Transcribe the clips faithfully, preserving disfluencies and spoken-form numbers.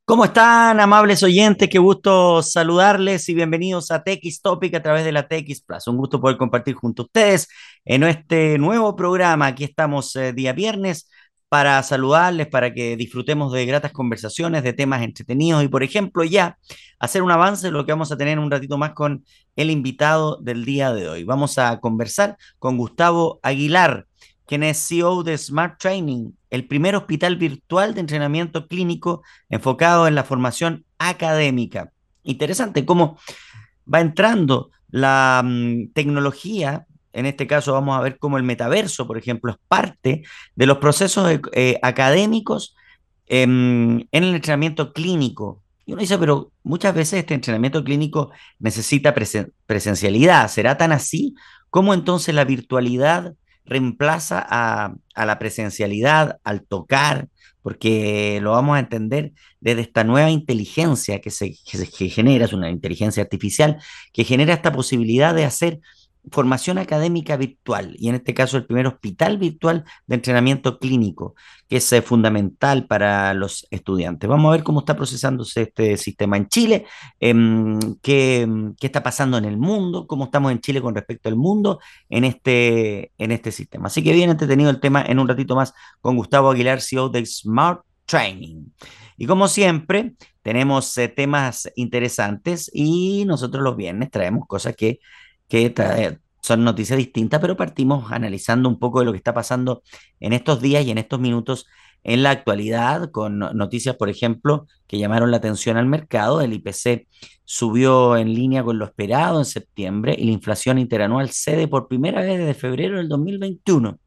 ¿Cómo están, amables oyentes? Qué gusto saludarles y bienvenidos a T X Topic a través de la T X Plus. Un gusto poder compartir junto a ustedes en este nuevo programa. Aquí estamos eh, día viernes para saludarles, para que disfrutemos de gratas conversaciones, de temas entretenidos y, por ejemplo, ya hacer un avance de lo que vamos a tener un ratito más con el invitado del día de hoy. Vamos a conversar con Gustavo Aguilar, quien es C E O de Smart Training, el primer hospital virtual de entrenamiento clínico enfocado en la formación académica. Interesante cómo va entrando la um, tecnología. En este caso vamos a ver cómo el metaverso, por ejemplo, es parte de los procesos eh, académicos eh, en el entrenamiento clínico. Y uno dice, pero muchas veces este entrenamiento clínico necesita presen presencialidad. ¿Será tan así? ¿Cómo entonces la virtualidad reemplaza a, a la presencialidad, al tocar? Porque lo vamos a entender desde esta nueva inteligencia que se, que se que genera, es una inteligencia artificial, que genera esta posibilidad de hacer formación académica virtual, y en este caso el primer hospital virtual de entrenamiento clínico, que es eh, fundamental para los estudiantes. Vamos a ver cómo está procesándose este sistema en Chile, eh, qué, qué está pasando en el mundo, cómo estamos en Chile con respecto al mundo en este, en este sistema. Así que bien entretenido el tema en un ratito más con Gustavo Aguilar, C E O de Smart Training. Y como siempre, tenemos eh, temas interesantes y nosotros los viernes traemos cosas que, que trae, son noticias distintas, pero partimos analizando un poco de lo que está pasando en estos días y en estos minutos en la actualidad, con noticias, por ejemplo, que llamaron la atención al mercado. El I P C subió en línea con lo esperado en septiembre y la inflación interanual cede por primera vez desde febrero del dos mil veintiuno.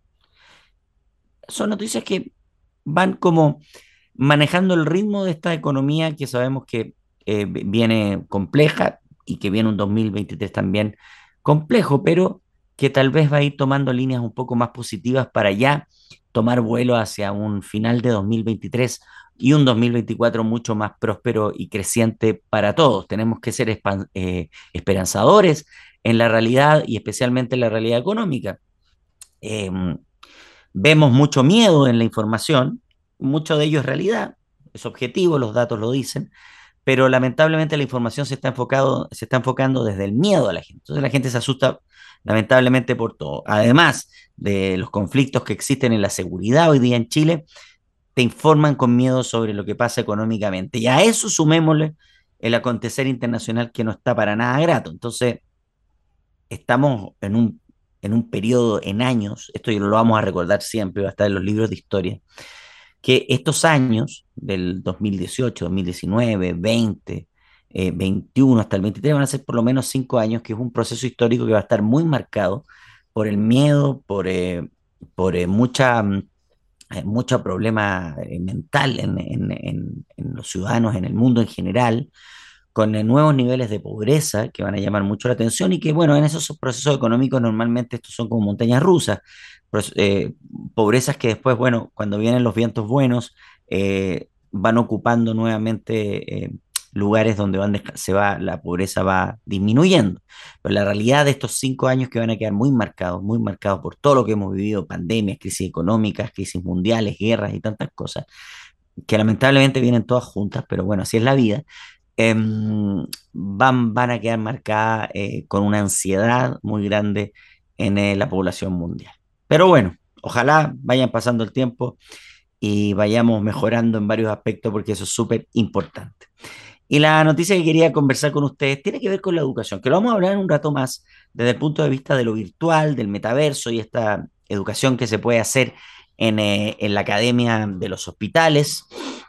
Son noticias que van como manejando el ritmo de esta economía que sabemos que eh, viene compleja y que viene un dos mil veintitrés también complejo, pero que tal vez va a ir tomando líneas un poco más positivas para ya tomar vuelo hacia un final de dos mil veintitrés y un dos mil veinticuatro mucho más próspero y creciente para todos. Tenemos que ser eh, esperanzadores en la realidad y especialmente en la realidad económica. Eh, Vemos mucho miedo en la información, mucho de ello es realidad, es objetivo, los datos lo dicen, pero lamentablemente la información se está enfocado, se está enfocando desde el miedo a la gente. Entonces la gente se asusta lamentablemente por todo. Además de los conflictos que existen en la seguridad hoy día en Chile, te informan con miedo sobre lo que pasa económicamente. Y a eso sumémosle el acontecer internacional que no está para nada grato. Entonces, estamos en un, en un periodo, en años, esto lo vamos a recordar siempre, va a estar en los libros de historia, que estos años del dos mil dieciocho, dos mil diecinueve, veinte, eh, veintiuno hasta el veintitrés van a ser por lo menos cinco años, que es un proceso histórico que va a estar muy marcado por el miedo, por, eh, por eh, mucha, mm, eh, mucho problema eh, mental en, en, en, en los ciudadanos, en el mundo en general, con eh, nuevos niveles de pobreza que van a llamar mucho la atención y que, bueno, en esos procesos económicos normalmente estos son como montañas rusas, pues, eh, pobrezas que después, bueno, cuando vienen los vientos buenos, eh, van ocupando nuevamente eh, lugares donde van se va, la pobreza va disminuyendo. Pero la realidad de estos cinco años que van a quedar muy marcados, muy marcados por todo lo que hemos vivido, pandemias, crisis económicas, crisis mundiales, guerras y tantas cosas, que lamentablemente vienen todas juntas, pero bueno, así es la vida, eh, van, van a quedar marcadas eh, con una ansiedad muy grande en eh, la población mundial. Pero bueno, ojalá vayan pasando el tiempo y vayamos mejorando en varios aspectos porque eso es súper importante. Y la noticia que quería conversar con ustedes tiene que ver con la educación, que lo vamos a hablar en un rato más desde el punto de vista de lo virtual, del metaverso y esta educación que se puede hacer en, eh, en la academia de los hospitales.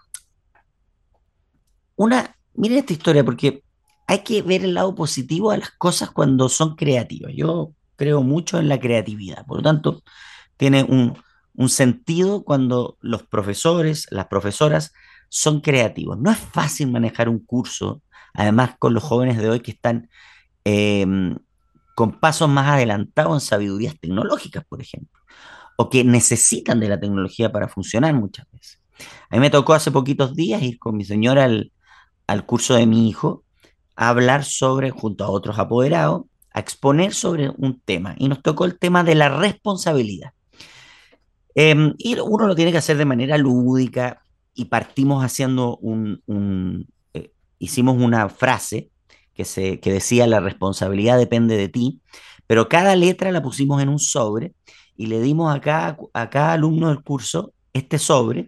Una, miren esta historia, porque hay que ver el lado positivo a las cosas cuando son creativas. Yo creo mucho en la creatividad, por lo tanto, tiene un, un sentido cuando los profesores, las profesoras son creativos. No es fácil manejar un curso, además con los jóvenes de hoy que están eh, con pasos más adelantados en sabidurías tecnológicas, por ejemplo, o que necesitan de la tecnología para funcionar muchas veces. A mí me tocó hace poquitos días ir con mi señora al, al curso de mi hijo a hablar sobre, junto a otros apoderados, a exponer sobre un tema. Y nos tocó el tema de la responsabilidad. Eh, y uno lo tiene que hacer de manera lúdica, y partimos haciendo un, un eh, hicimos una frase que, se, que decía la responsabilidad depende de ti, pero cada letra la pusimos en un sobre y le dimos a cada, a cada alumno del curso este sobre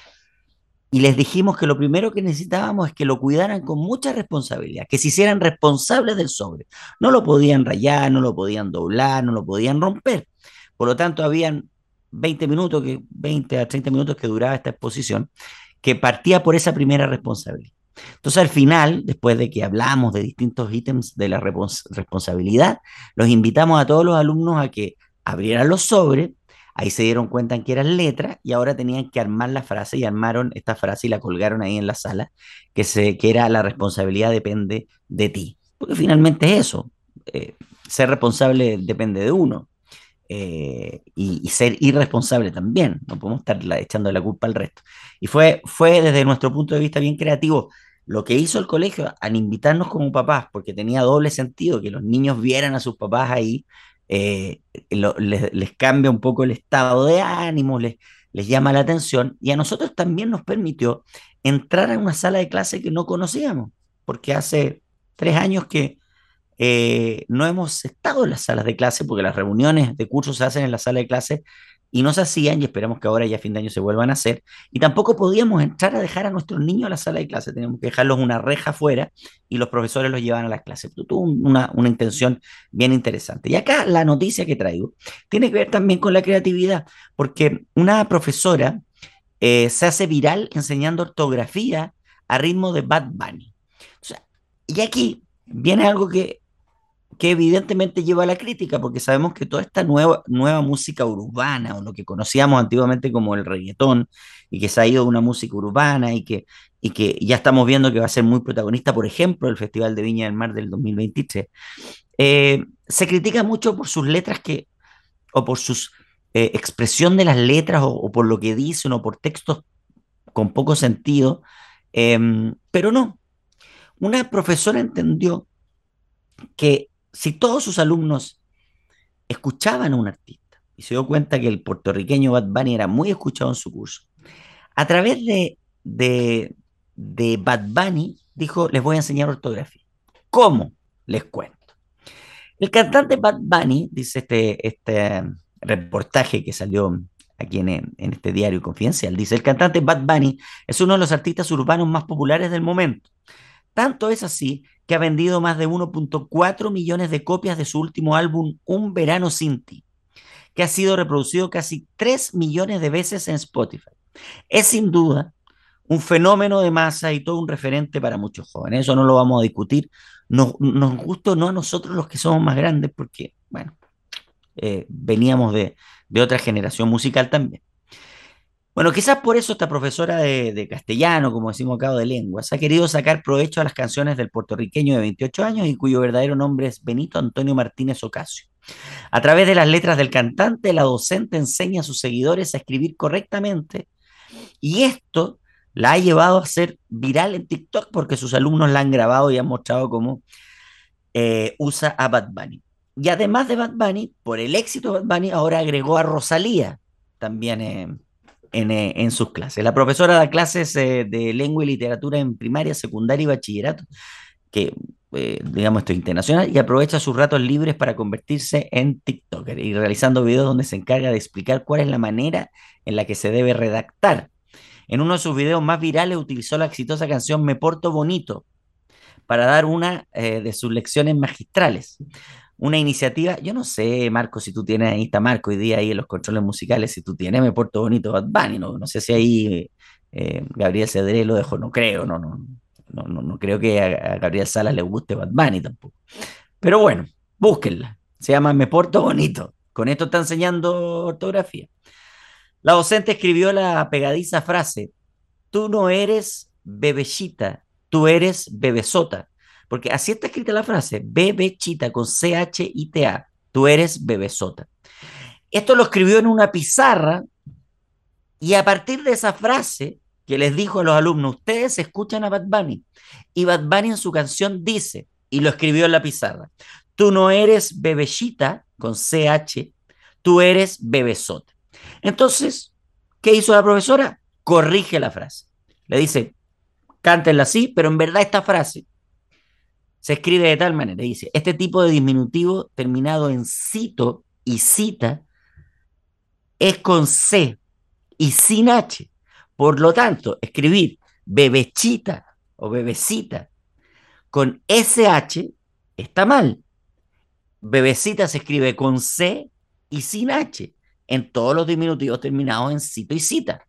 y les dijimos que lo primero que necesitábamos es que lo cuidaran con mucha responsabilidad, que se hicieran responsables del sobre. No lo podían rayar, no lo podían doblar, no lo podían romper. Por lo tanto, habían veinte minutos, que, veinte a treinta minutos que duraba esta exposición, que partía por esa primera responsabilidad. Entonces, al final, después de que hablamos de distintos ítems de la respons responsabilidad, los invitamos a todos los alumnos a que abrieran los sobres. Ahí se dieron cuenta en que eran letras y ahora tenían que armar la frase y armaron esta frase y la colgaron ahí en la sala, que, se, que era la responsabilidad depende de ti. Porque finalmente es eso, eh, ser responsable depende de uno. Eh, y, y, ser irresponsable también, no podemos estar la, echando la culpa al resto. Y fue, fue desde nuestro punto de vista bien creativo lo que hizo el colegio al invitarnos como papás, porque tenía doble sentido, que los niños vieran a sus papás ahí, eh, lo, les, les, cambia un poco el estado de ánimo, les, les llama la atención, y a nosotros también nos permitió entrar a una sala de clase que no conocíamos, porque hace tres años que eh, no hemos estado en las salas de clase porque las reuniones de cursos se hacen en la sala de clase y no se hacían y esperamos que ahora ya a fin de año se vuelvan a hacer. Y tampoco podíamos entrar a dejar a nuestros niños a la sala de clase, teníamos que dejarlos una reja afuera y los profesores los llevaban a las clases. Tuvo una, una intención bien interesante. Y acá la noticia que traigo tiene que ver también con la creatividad, porque una profesora eh, se hace viral enseñando ortografía a ritmo de Bad Bunny. O sea, y aquí viene algo que que evidentemente lleva a la crítica, porque sabemos que toda esta nueva, nueva música urbana, o lo que conocíamos antiguamente como el reggaetón, y que se ha ido a una música urbana, y que, y que ya estamos viendo que va a ser muy protagonista, por ejemplo, el Festival de Viña del Mar del dos mil veintitrés, eh, se critica mucho por sus letras que, o por su eh, expresión de las letras, o, o, por lo que dicen, o por textos con poco sentido, eh, pero no. Una profesora entendió que si todos sus alumnos escuchaban a un artista y se dio cuenta que el puertorriqueño Bad Bunny era muy escuchado en su curso, a través de, de, de Bad Bunny dijo, les voy a enseñar ortografía. ¿Cómo? Les cuento. El cantante Bad Bunny, dice este, este reportaje que salió aquí en, en este diario confidencial, dice, el cantante Bad Bunny es uno de los artistas urbanos más populares del momento. Tanto es así que ha vendido más de uno punto cuatro millones de copias de su último álbum Un Verano Sin Ti, que ha sido reproducido casi tres millones de veces en Spotify. Es sin duda un fenómeno de masa y todo un referente para muchos jóvenes. Eso no lo vamos a discutir. Nos, nos gusta o no a nosotros los que somos más grandes, porque, bueno, eh, veníamos de, de otra generación musical también. Bueno, quizás por eso esta profesora de, de castellano, como decimos acá, o de lenguas, ha querido sacar provecho a las canciones del puertorriqueño de veintiocho años y cuyo verdadero nombre es Benito Antonio Martínez Ocasio. A través de las letras del cantante, la docente enseña a sus seguidores a escribir correctamente y esto la ha llevado a ser viral en TikTok porque sus alumnos la han grabado y han mostrado cómo eh, usa a Bad Bunny. Y además de Bad Bunny, por el éxito de Bad Bunny, ahora agregó a Rosalía también eh, en, eh, en, sus clases. La profesora da clases eh, de lengua y literatura en primaria, secundaria y bachillerato, que eh, digamos esto es internacional, y aprovecha sus ratos libres para convertirse en TikToker y realizando videos donde se encarga de explicar cuál es la manera en la que se debe redactar. En uno de sus videos más virales utilizó la exitosa canción Me Porto Bonito para dar una eh, de sus lecciones magistrales. Una iniciativa, yo no sé, Marco, si tú tienes, ahí está Marco hoy día ahí en los controles musicales, si tú tienes Me Porto Bonito Bad Bunny, no, no sé si ahí eh, Gabriel Cedré lo dejó, no creo, no, no, no, no, no creo que a, a Gabriel Salas le guste Bad Bunny tampoco. Pero bueno, búsquenla, se llama Me Porto Bonito, con esto está enseñando ortografía. La docente escribió la pegadiza frase, tú no eres bebechita, tú eres bebesota. Porque así está escrita la frase, bebechita con C H I T A, tú eres bebesota. Esto lo escribió en una pizarra y a partir de esa frase que les dijo a los alumnos, ustedes escuchan a Bad Bunny. Y Bad Bunny en su canción dice, y lo escribió en la pizarra, tú no eres bebechita con C H, tú eres bebesota. Entonces, ¿qué hizo la profesora? Corrige la frase. Le dice, cántenla así, pero en verdad esta frase se escribe de tal manera. Dice, este tipo de diminutivo terminado en cito y cita es con C y sin H. Por lo tanto, escribir bebechita o bebecita con S H está mal. Bebecita se escribe con C y sin H en todos los diminutivos terminados en cito y cita.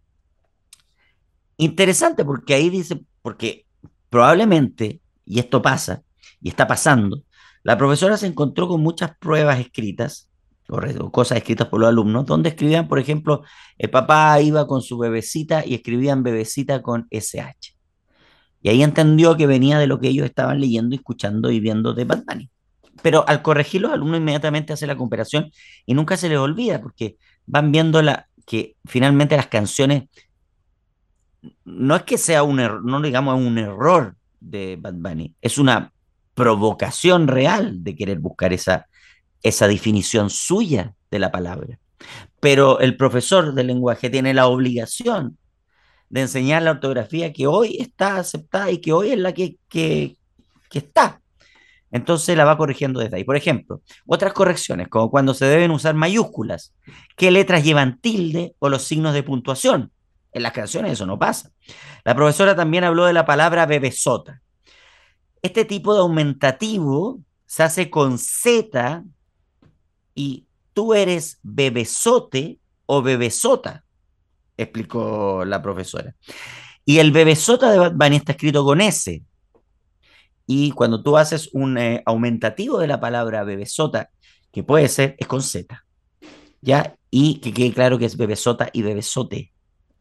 Interesante porque ahí dice, porque probablemente, y esto pasa, y está pasando, la profesora se encontró con muchas pruebas escritas, o cosas escritas por los alumnos, donde escribían, por ejemplo, el papá iba con su bebecita y escribían bebecita con S H. Y ahí entendió que venía de lo que ellos estaban leyendo, escuchando y viendo de Bad Bunny. Pero al corregir los alumnos inmediatamente hacen la comparación y nunca se les olvida, porque van viendo la, que finalmente las canciones no es que sea un error, no digamos un error de Bad Bunny, es una provocación real de querer buscar esa, esa definición suya de la palabra. Pero el profesor del lenguaje tiene la obligación de enseñar la ortografía que hoy está aceptada y que hoy es la que, que, que está. Entonces la va corrigiendo desde ahí. Por ejemplo, otras correcciones, como cuando se deben usar mayúsculas, qué letras llevan tilde o los signos de puntuación. En las canciones eso no pasa. La profesora también habló de la palabra bebesota. Este tipo de aumentativo se hace con Z y tú eres bebesote o bebesota, explicó la profesora. Y el bebesota de Bad Bunny está escrito con S. Y cuando tú haces un eh, aumentativo de la palabra bebesota, que puede ser, es con Z, ¿ya? Y que quede claro que es bebesota y bebesote.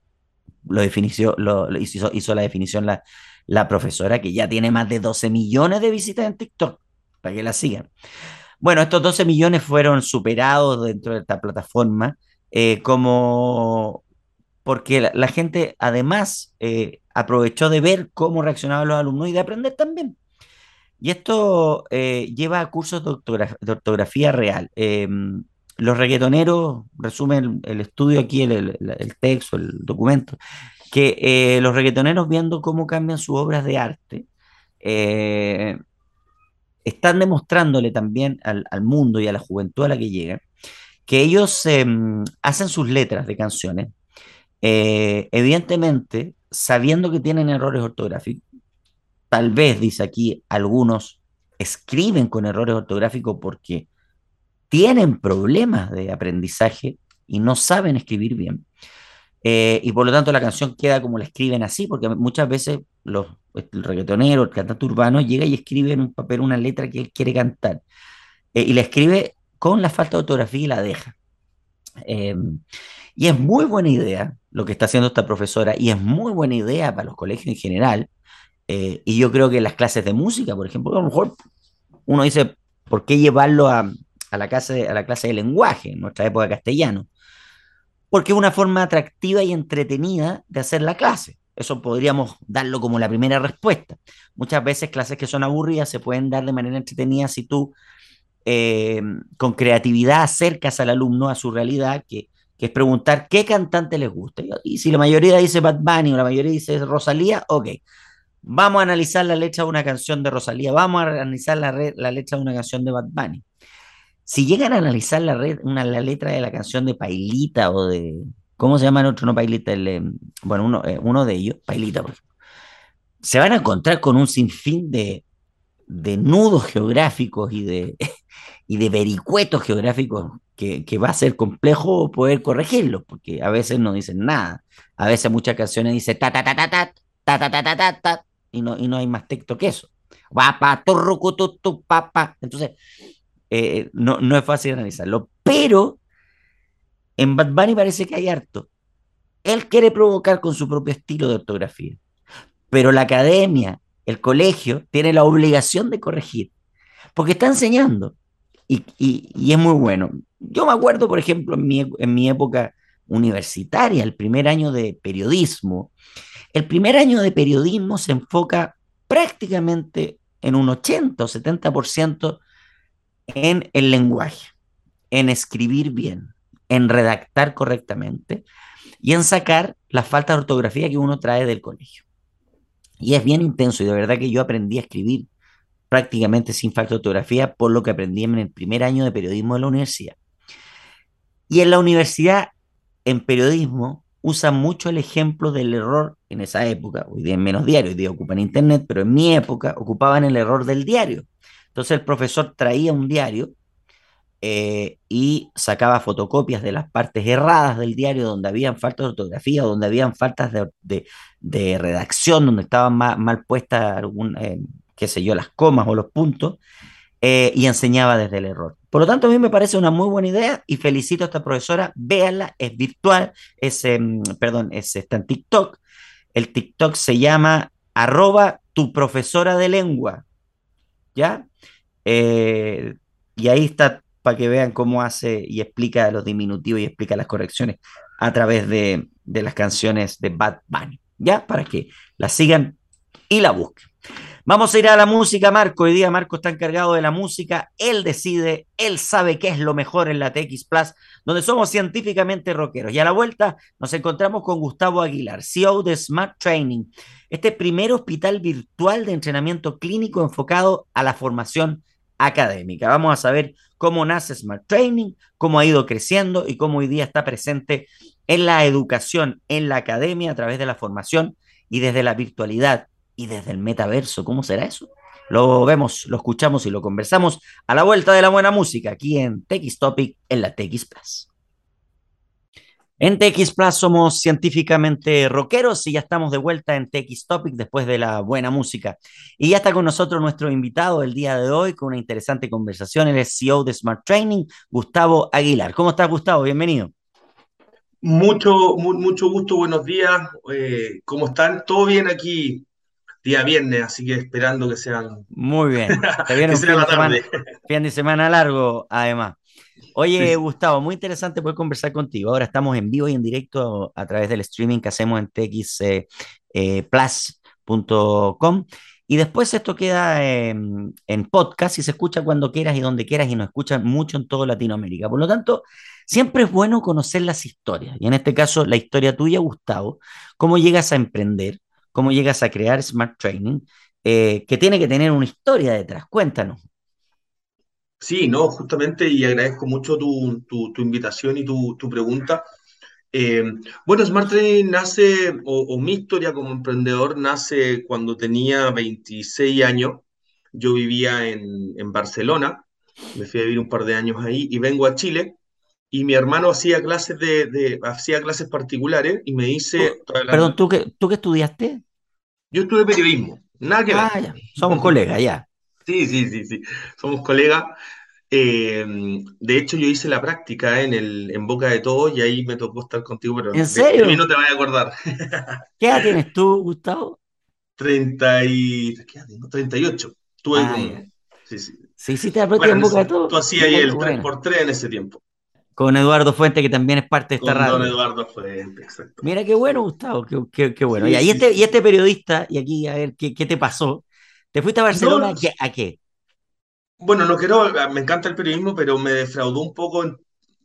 Lo, definició, lo, lo hizo, hizo, la definición la, la profesora, que ya tiene más de doce millones de visitas en TikTok, para que la sigan. Bueno, estos doce millones fueron superados dentro de esta plataforma, eh, como porque la, la gente además eh, aprovechó de ver cómo reaccionaban los alumnos y de aprender también. Y esto eh, lleva a cursos de, ortograf de ortografía real. Eh, los reggaetoneros, resumen el, el estudio aquí, el, el, el, texto, el documento, que eh, los reggaetoneros viendo cómo cambian sus obras de arte, eh, están demostrándole también al, al, mundo y a la juventud a la que llegan, que ellos eh, hacen sus letras de canciones, eh, evidentemente sabiendo que tienen errores ortográficos. Tal vez, dice aquí, algunos escriben con errores ortográficos porque tienen problemas de aprendizaje y no saben escribir bien. Eh, y por lo tanto la canción queda como la escriben así, porque muchas veces los, el reggaetonero, el cantante urbano llega y escribe en un papel una letra que él quiere cantar, eh, y la escribe con la falta de ortografía y la deja. Eh, y es muy buena idea lo que está haciendo esta profesora, y es muy buena idea para los colegios en general. Eh, y yo creo que las clases de música, por ejemplo, a lo mejor uno dice, ¿por qué llevarlo a, a, la, clase, a la clase de lenguaje en nuestra época castellano? Porque es una forma atractiva y entretenida de hacer la clase. Eso podríamos darlo como la primera respuesta. Muchas veces clases que son aburridas se pueden dar de manera entretenida si tú eh, con creatividad acercas al alumno a su realidad, que, que es preguntar qué cantante les gusta. Y si la mayoría dice Bad Bunny o la mayoría dice Rosalía, ok, vamos a analizar la letra de una canción de Rosalía, vamos a analizar la, re, la letra de una canción de Bad Bunny. Si llegan a analizar la, red, una, la letra de la canción de Pailita o de... ¿Cómo se llama el otro? No, Pailita, el, eh, bueno, uno, eh, uno de ellos, Pailita, por ejemplo, se van a encontrar con un sinfín de, de nudos geográficos y de, y de vericuetos geográficos que, que va a ser complejo poder corregirlos, porque a veces no dicen nada. A veces muchas canciones dicen ta ta ta ta ta ta ta ta ta ta ta y no, y no hay más texto que eso. Guapa, turrucututu, papa. Entonces, eh, no, no es fácil analizarlo. Pero en Bad Bunny parece que hay harto. Él quiere provocar con su propio estilo de ortografía, pero la academia, el colegio, tiene la obligación de corregir, porque está enseñando y, y, y es muy bueno. Yo me acuerdo, por ejemplo, en mi, en mi época universitaria, el primer año de periodismo, el primer año de periodismo se enfoca prácticamente en un ochenta o setenta por ciento en el lenguaje, en escribir bien, en redactar correctamente y en sacar las faltas de ortografía que uno trae del colegio. Y es bien intenso y de verdad que yo aprendí a escribir prácticamente sin falta de ortografía por lo que aprendí en el primer año de periodismo de la universidad. Y en la universidad, en periodismo, usan mucho el ejemplo del error en esa época. Hoy día en menos diario, hoy día ocupan internet, pero en mi época ocupaban el error del diario. Entonces el profesor traía un diario eh, y sacaba fotocopias de las partes erradas del diario donde habían faltas de ortografía, donde habían faltas de, de, de redacción, donde estaban mal, mal puestas algún, eh, qué sé yo, las comas o los puntos, eh, y enseñaba desde el error. Por lo tanto, a mí me parece una muy buena idea y felicito a esta profesora. Véanla, es virtual, es, eh, perdón, es, está en TikTok. El TikTok se llama arroba tu profesora de lengua, ¿ya? Eh, y ahí está para que vean cómo hace y explica los diminutivos y explica las correcciones a través de, de las canciones de Bad Bunny, ¿ya? Para que la sigan y la busquen. Vamos a ir a la música, Marco. Hoy día Marco está encargado de la música. Él decide, él sabe qué es lo mejor en la T X Plus, donde somos científicamente rockeros. Y a la vuelta nos encontramos con Gustavo Aguilar, C E O de Smart Training, este primer hospital virtual de entrenamiento clínico enfocado a la formación académica. Vamos a saber cómo nace Smart Training, cómo ha ido creciendo y cómo hoy día está presente en la educación, en la academia, a través de la formación y desde la virtualidad y desde el metaverso. ¿Cómo será eso? Lo vemos, lo escuchamos y lo conversamos a la vuelta de la buena música aquí en T X Topic en la T X Plus. En T X Plus somos científicamente rockeros y ya estamos de vuelta en T X Topic después de la buena música. Y ya está con nosotros nuestro invitado el día de hoy con una interesante conversación. Él es C E O de Smart Training, Gustavo Aguilar. ¿Cómo estás, Gustavo? Bienvenido. Mucho, mu- mucho gusto, buenos días. Eh, ¿cómo están? ¿Todo bien aquí? Día viernes, así que esperando que sean, Muy bien. Se viene que un sea fin de la semana, tarde. fin de semana largo, además. Sí, Oye, sí. Gustavo, muy interesante poder conversar contigo. Ahora estamos en vivo y en directo a través del streaming que hacemos en t x plus punto com. Y después esto queda en, en podcast y se escucha cuando quieras y donde quieras y nos escuchan mucho en toda Latinoamérica. Por lo tanto, siempre es bueno conocer las historias. Y en este caso, la historia tuya, Gustavo, cómo llegas a emprender, cómo llegas a crear Smart Training, eh, que tiene que tener una historia detrás. Cuéntanos. Sí, no, justamente, y agradezco mucho tu, tu- tu invitación y tu, tu pregunta. Eh, bueno, Smart Training nace, o, o mi historia como emprendedor nace cuando tenía veintiséis años. Yo vivía en, en Barcelona, me fui a vivir un par de años ahí y vengo a Chile. Y mi hermano hacía clases de, de- hacía clases particulares y me dice, Tú- estoy perdón, hablando, ¿tú qué, tú qué estudiaste? yo estudié periodismo, nada que ver. Ah, ya, somos colegas, ya. Sí, sí, sí, sí, somos colegas. Eh, de hecho, yo hice la práctica en el, en Boca de Todos y ahí me tocó estar contigo, pero ¿En de, de mí no serio? te vas a acordar. ¿Qué edad tienes tú, Gustavo? treinta y, ¿qué edad tengo? treinta y ocho. Estuve Ah, ya. con, sí, sí. ¿Se hiciste la práctica Bueno, en en Boca de ese- tú Todo? hacías ahí Mira qué el tres buena. por tres en ese tiempo, Con Eduardo Fuente, que también es parte de esta con don radio. Eduardo Fuente, exacto. Mira qué bueno, Gustavo, qué, qué- qué bueno. Sí, Ya, y sí, este, y sí. este periodista, y aquí a ver qué, qué te pasó. ¿Te fuiste a Barcelona No, a qué? ¿A qué? bueno, no quiero, me encanta el periodismo, pero me defraudó un poco, en-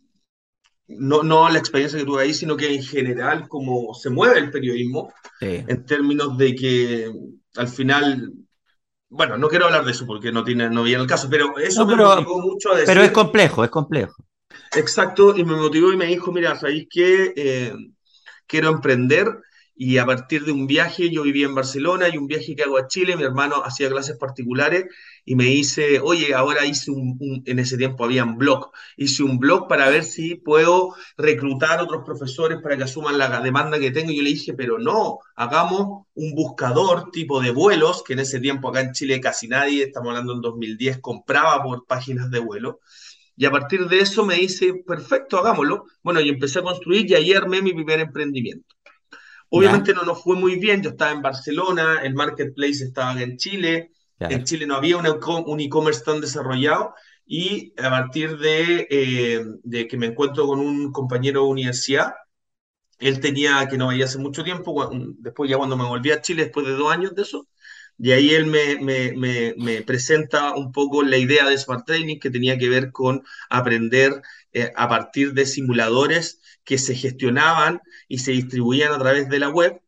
no, no la experiencia que tuve ahí, sino que en general cómo se mueve el periodismo, Sí. en términos de que al final, bueno, no quiero hablar de eso porque no tiene, no viene el caso, pero eso No, me pero, motivó mucho a pero es decir, complejo, es complejo. exacto, y me motivó y me dijo, mira, ¿sabéis qué? Eh, quiero emprender y a partir de un viaje, yo vivía en Barcelona y un viaje que hago a Chile, mi hermano hacía clases particulares y me dice, oye, ahora hice un, un- en ese tiempo había un blog, hice un blog para ver si puedo reclutar otros profesores para que asuman la demanda que tengo. Y yo le dije, pero no, hagamos un buscador tipo de vuelos, que en ese tiempo acá en Chile casi nadie, estamos hablando en dos mil diez, compraba por páginas de vuelo. Y a partir de eso me dice, perfecto, hagámoslo. Bueno, y empecé a construir y ahí armé mi primer emprendimiento. ¿Ya? Obviamente no nos fue muy bien, yo estaba en Barcelona, el marketplace estaba en Chile, en Claro. Chile no había una co- un e-commerce tan desarrollado y a partir de, eh, de que me encuentro con un compañero de universidad, él tenía, que no veía hace mucho tiempo, cu- después ya cuando me volví a Chile, después de dos años de eso, de ahí él me, me, me, me presenta un poco la idea de Smart Training que tenía que ver con aprender eh, a partir de simuladores que se gestionaban y se distribuían a través de la web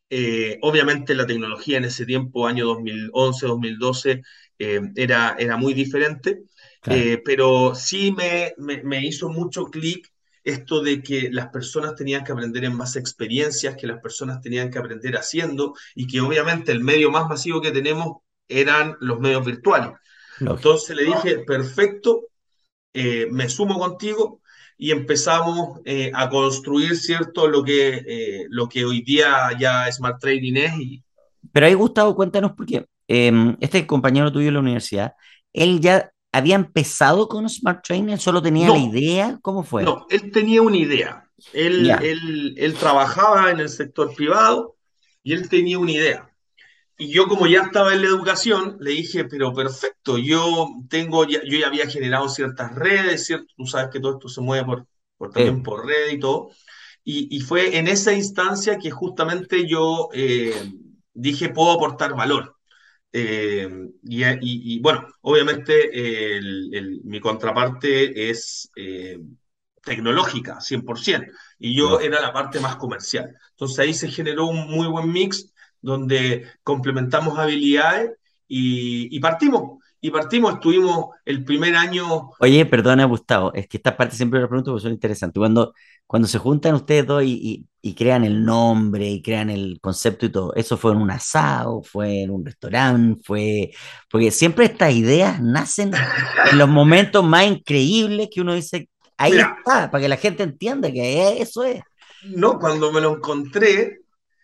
Eh, obviamente la tecnología en ese tiempo, año dos mil once, dos mil doce, eh, era, era muy diferente, Claro, eh, pero sí me, me, me hizo mucho clic esto de que las personas tenían que aprender en más experiencias, que las personas tenían que aprender haciendo y que obviamente el medio más masivo que tenemos eran los medios virtuales. lógico. Entonces le dije, perfecto, eh, me sumo contigo y empezamos eh, a construir, ¿cierto?, lo que, eh, lo que hoy día ya Smart Trading es. Y Pero ahí, Gustavo, cuéntanos, porque eh, este compañero tuyo de la universidad, él ya había empezado con Smart Training, él solo tenía la no, idea, ¿cómo fue? no, él tenía una idea. Él, Ya, él, él trabajaba en el sector privado y él tenía una idea. Y yo como ya estaba en la educación, le dije, pero perfecto, yo tengo, ya, yo ya había generado ciertas redes, ¿cierto? Tú sabes que todo esto se mueve por, por también sí, por red y todo. Y, y fue en esa instancia que justamente yo eh, dije, puedo aportar valor. Eh, y, y- y, bueno, obviamente eh, el- el- mi contraparte es eh, tecnológica, cien por ciento, y yo lógico. era la parte más comercial. Entonces ahí se generó un muy buen mix donde complementamos habilidades y, y partimos. Y partimos, estuvimos el primer año. Oye, perdona, Gustavo, es que esta parte siempre la pregunto porque son interesantes. Cuando, cuando se juntan ustedes dos y, y- y crean el nombre y crean el concepto y todo, ¿eso fue en un asado, fue en un restaurante, fue...? Porque siempre estas ideas nacen en los momentos más increíbles que uno dice, ahí Mira, está, para que la gente entienda que eso es. no, cuando me lo encontré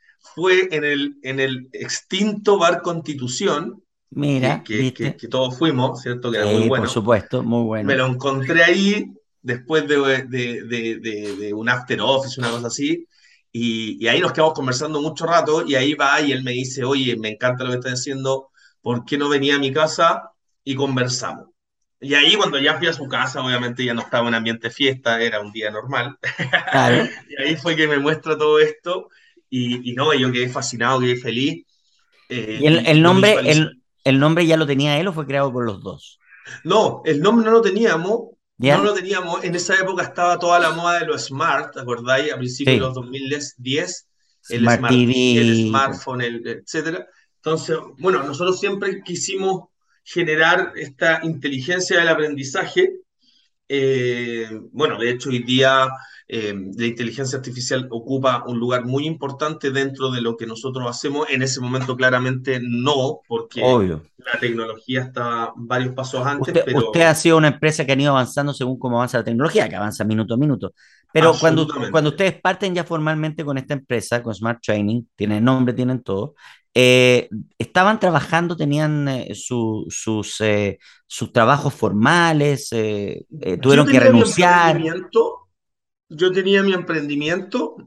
fue en el, en el extinto Bar Constitución, que, Mira, que, que, ¿viste? que todos fuimos, ¿cierto? Que era muy Sí, por bueno. supuesto, muy Me bueno. lo encontré ahí después de, de, de, de, de un after office, una cosa así, y, y, ahí nos quedamos conversando mucho rato, y ahí va y él me dice, oye, me encanta lo que estás haciendo, ¿por qué no venía a mi casa y conversamos? Y ahí cuando ya fui a su casa, obviamente ya no estaba en ambiente fiesta, era un día normal, Claro. y ahí fue que me muestra todo esto, y, y no, yo quedé fascinado, quedé feliz, eh, ¿Y el, y, el y lo nombre, visualicé. el, el nombre ya lo tenía él o fue creado por los dos? No, el nombre no lo teníamos, no ¿Ya? lo teníamos. En esa época estaba toda la moda de los smart, ¿te acordáis? A principios de los Sí. dos mil diez, el Smart Smart T V, el T V. smartphone, el, etcétera. Entonces, bueno, nosotros siempre quisimos generar esta inteligencia del aprendizaje. Eh, bueno, de hecho, hoy día eh, la inteligencia artificial ocupa un lugar muy importante dentro de lo que nosotros hacemos. En ese momento, claramente no, porque Obvio. la tecnología está varios pasos antes, Usted, usted ha pero sido una empresa que han ido avanzando según cómo avanza la tecnología, que avanza minuto a minuto. Pero cuando, cuando absolutamente. ustedes parten ya formalmente con esta empresa, con Smart Training, tienen nombre, tienen todo, eh, estaban trabajando, tenían eh, su- sus, eh, sus trabajos formales, eh, eh, Yo tuvieron que tenía mi renunciar. emprendimiento, yo tenía mi emprendimiento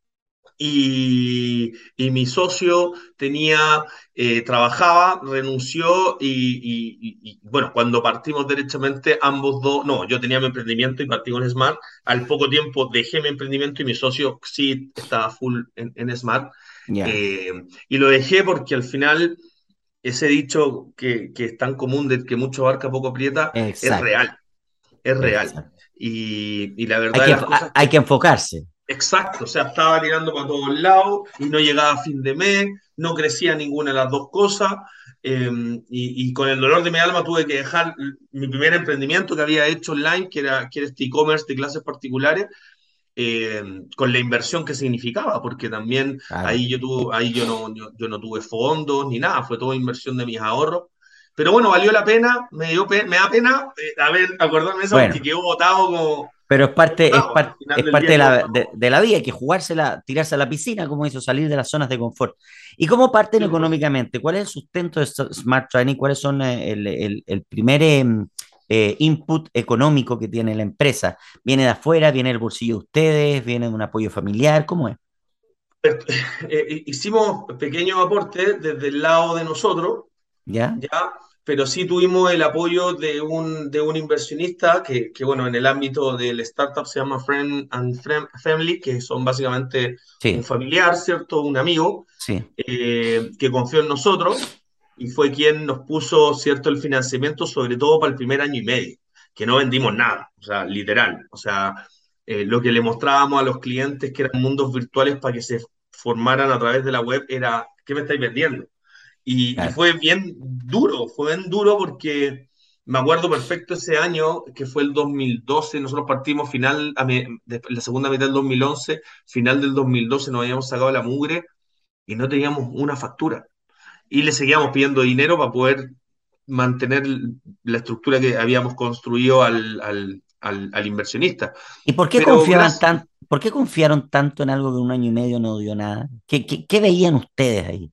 y, y mi socio tenía, eh, trabajaba, renunció y, y- y- y, bueno, cuando partimos derechamente ambos dos, no, yo tenía mi emprendimiento y partí con Smart. Al poco tiempo dejé mi emprendimiento y mi socio sí estaba full en, en Smart. Ya, Eh, y lo dejé porque al final ese dicho que, que es tan común de que mucho abarca, poco aprieta, es exacto, real, es real. exacto. Y, y la Hay verdad de que, las enfo- cosas es hay que que, enfocarse. exacto, o sea, estaba tirando para todos lados y no llegaba a fin de mes, no crecía ninguna de las dos cosas. eh, y, y con el dolor de mi alma tuve que dejar mi primer emprendimiento que había hecho online, que era, que era este e-commerce de clases particulares, eh, con la inversión que significaba, porque también Claro. ahí yo, tuve, ahí yo, no, yo, yo no tuve fondos ni nada, fue toda inversión de mis ahorros. Pero bueno, valió la pena, me, dio pe- me da pena eh, haber acordarme de eso porque Bueno, quedó botado como, pero es como parte, es botado. parte, Al final es del parte día de quedó la, de, botado. de la vida, hay que jugársela, tirarse a la piscina, como hizo, salir de las zonas de confort. ¿Y cómo parten cien por ciento. económicamente? ¿Cuál es el sustento de esta Smart Training? ¿Cuáles son eh, el, el, el primer eh, eh, input económico que tiene la empresa? ¿Viene de afuera? ¿Viene del bolsillo de ustedes? ¿Viene de un apoyo familiar? ¿Cómo es? Eh, hicimos pequeños aportes desde el lado de nosotros, ¿Ya? ¿ya? Pero sí tuvimos el apoyo de un, de un inversionista que, que, bueno, en el ámbito del startup se llama Friend and Friend- Family, que son básicamente un Sí, familiar, ¿cierto? Un amigo, sí. eh, que confió en nosotros y fue quien nos puso, ¿cierto?, el financiamiento, sobre todo para el primer año y medio, que no vendimos nada, o sea, literal. O sea, eh, lo que le mostrábamos a los clientes que eran mundos virtuales para que se formaran a través de la web era, ¿qué me estáis vendiendo? Y, y Claro. fue bien duro, fue bien duro porque me acuerdo perfecto ese año, que fue el dos mil doce, nosotros partimos final, a mi- de la segunda mitad del dos mil once, final del dos mil doce nos habíamos sacado la mugre y no teníamos una factura. Y le seguíamos pidiendo dinero para poder mantener la estructura que habíamos construido al, al, al, al inversionista. ¿Y por qué Pero confiaban gracias, tan, por qué confiaron tanto en algo que un año y medio no dio nada? ¿Qué, qué, qué veían ustedes ahí?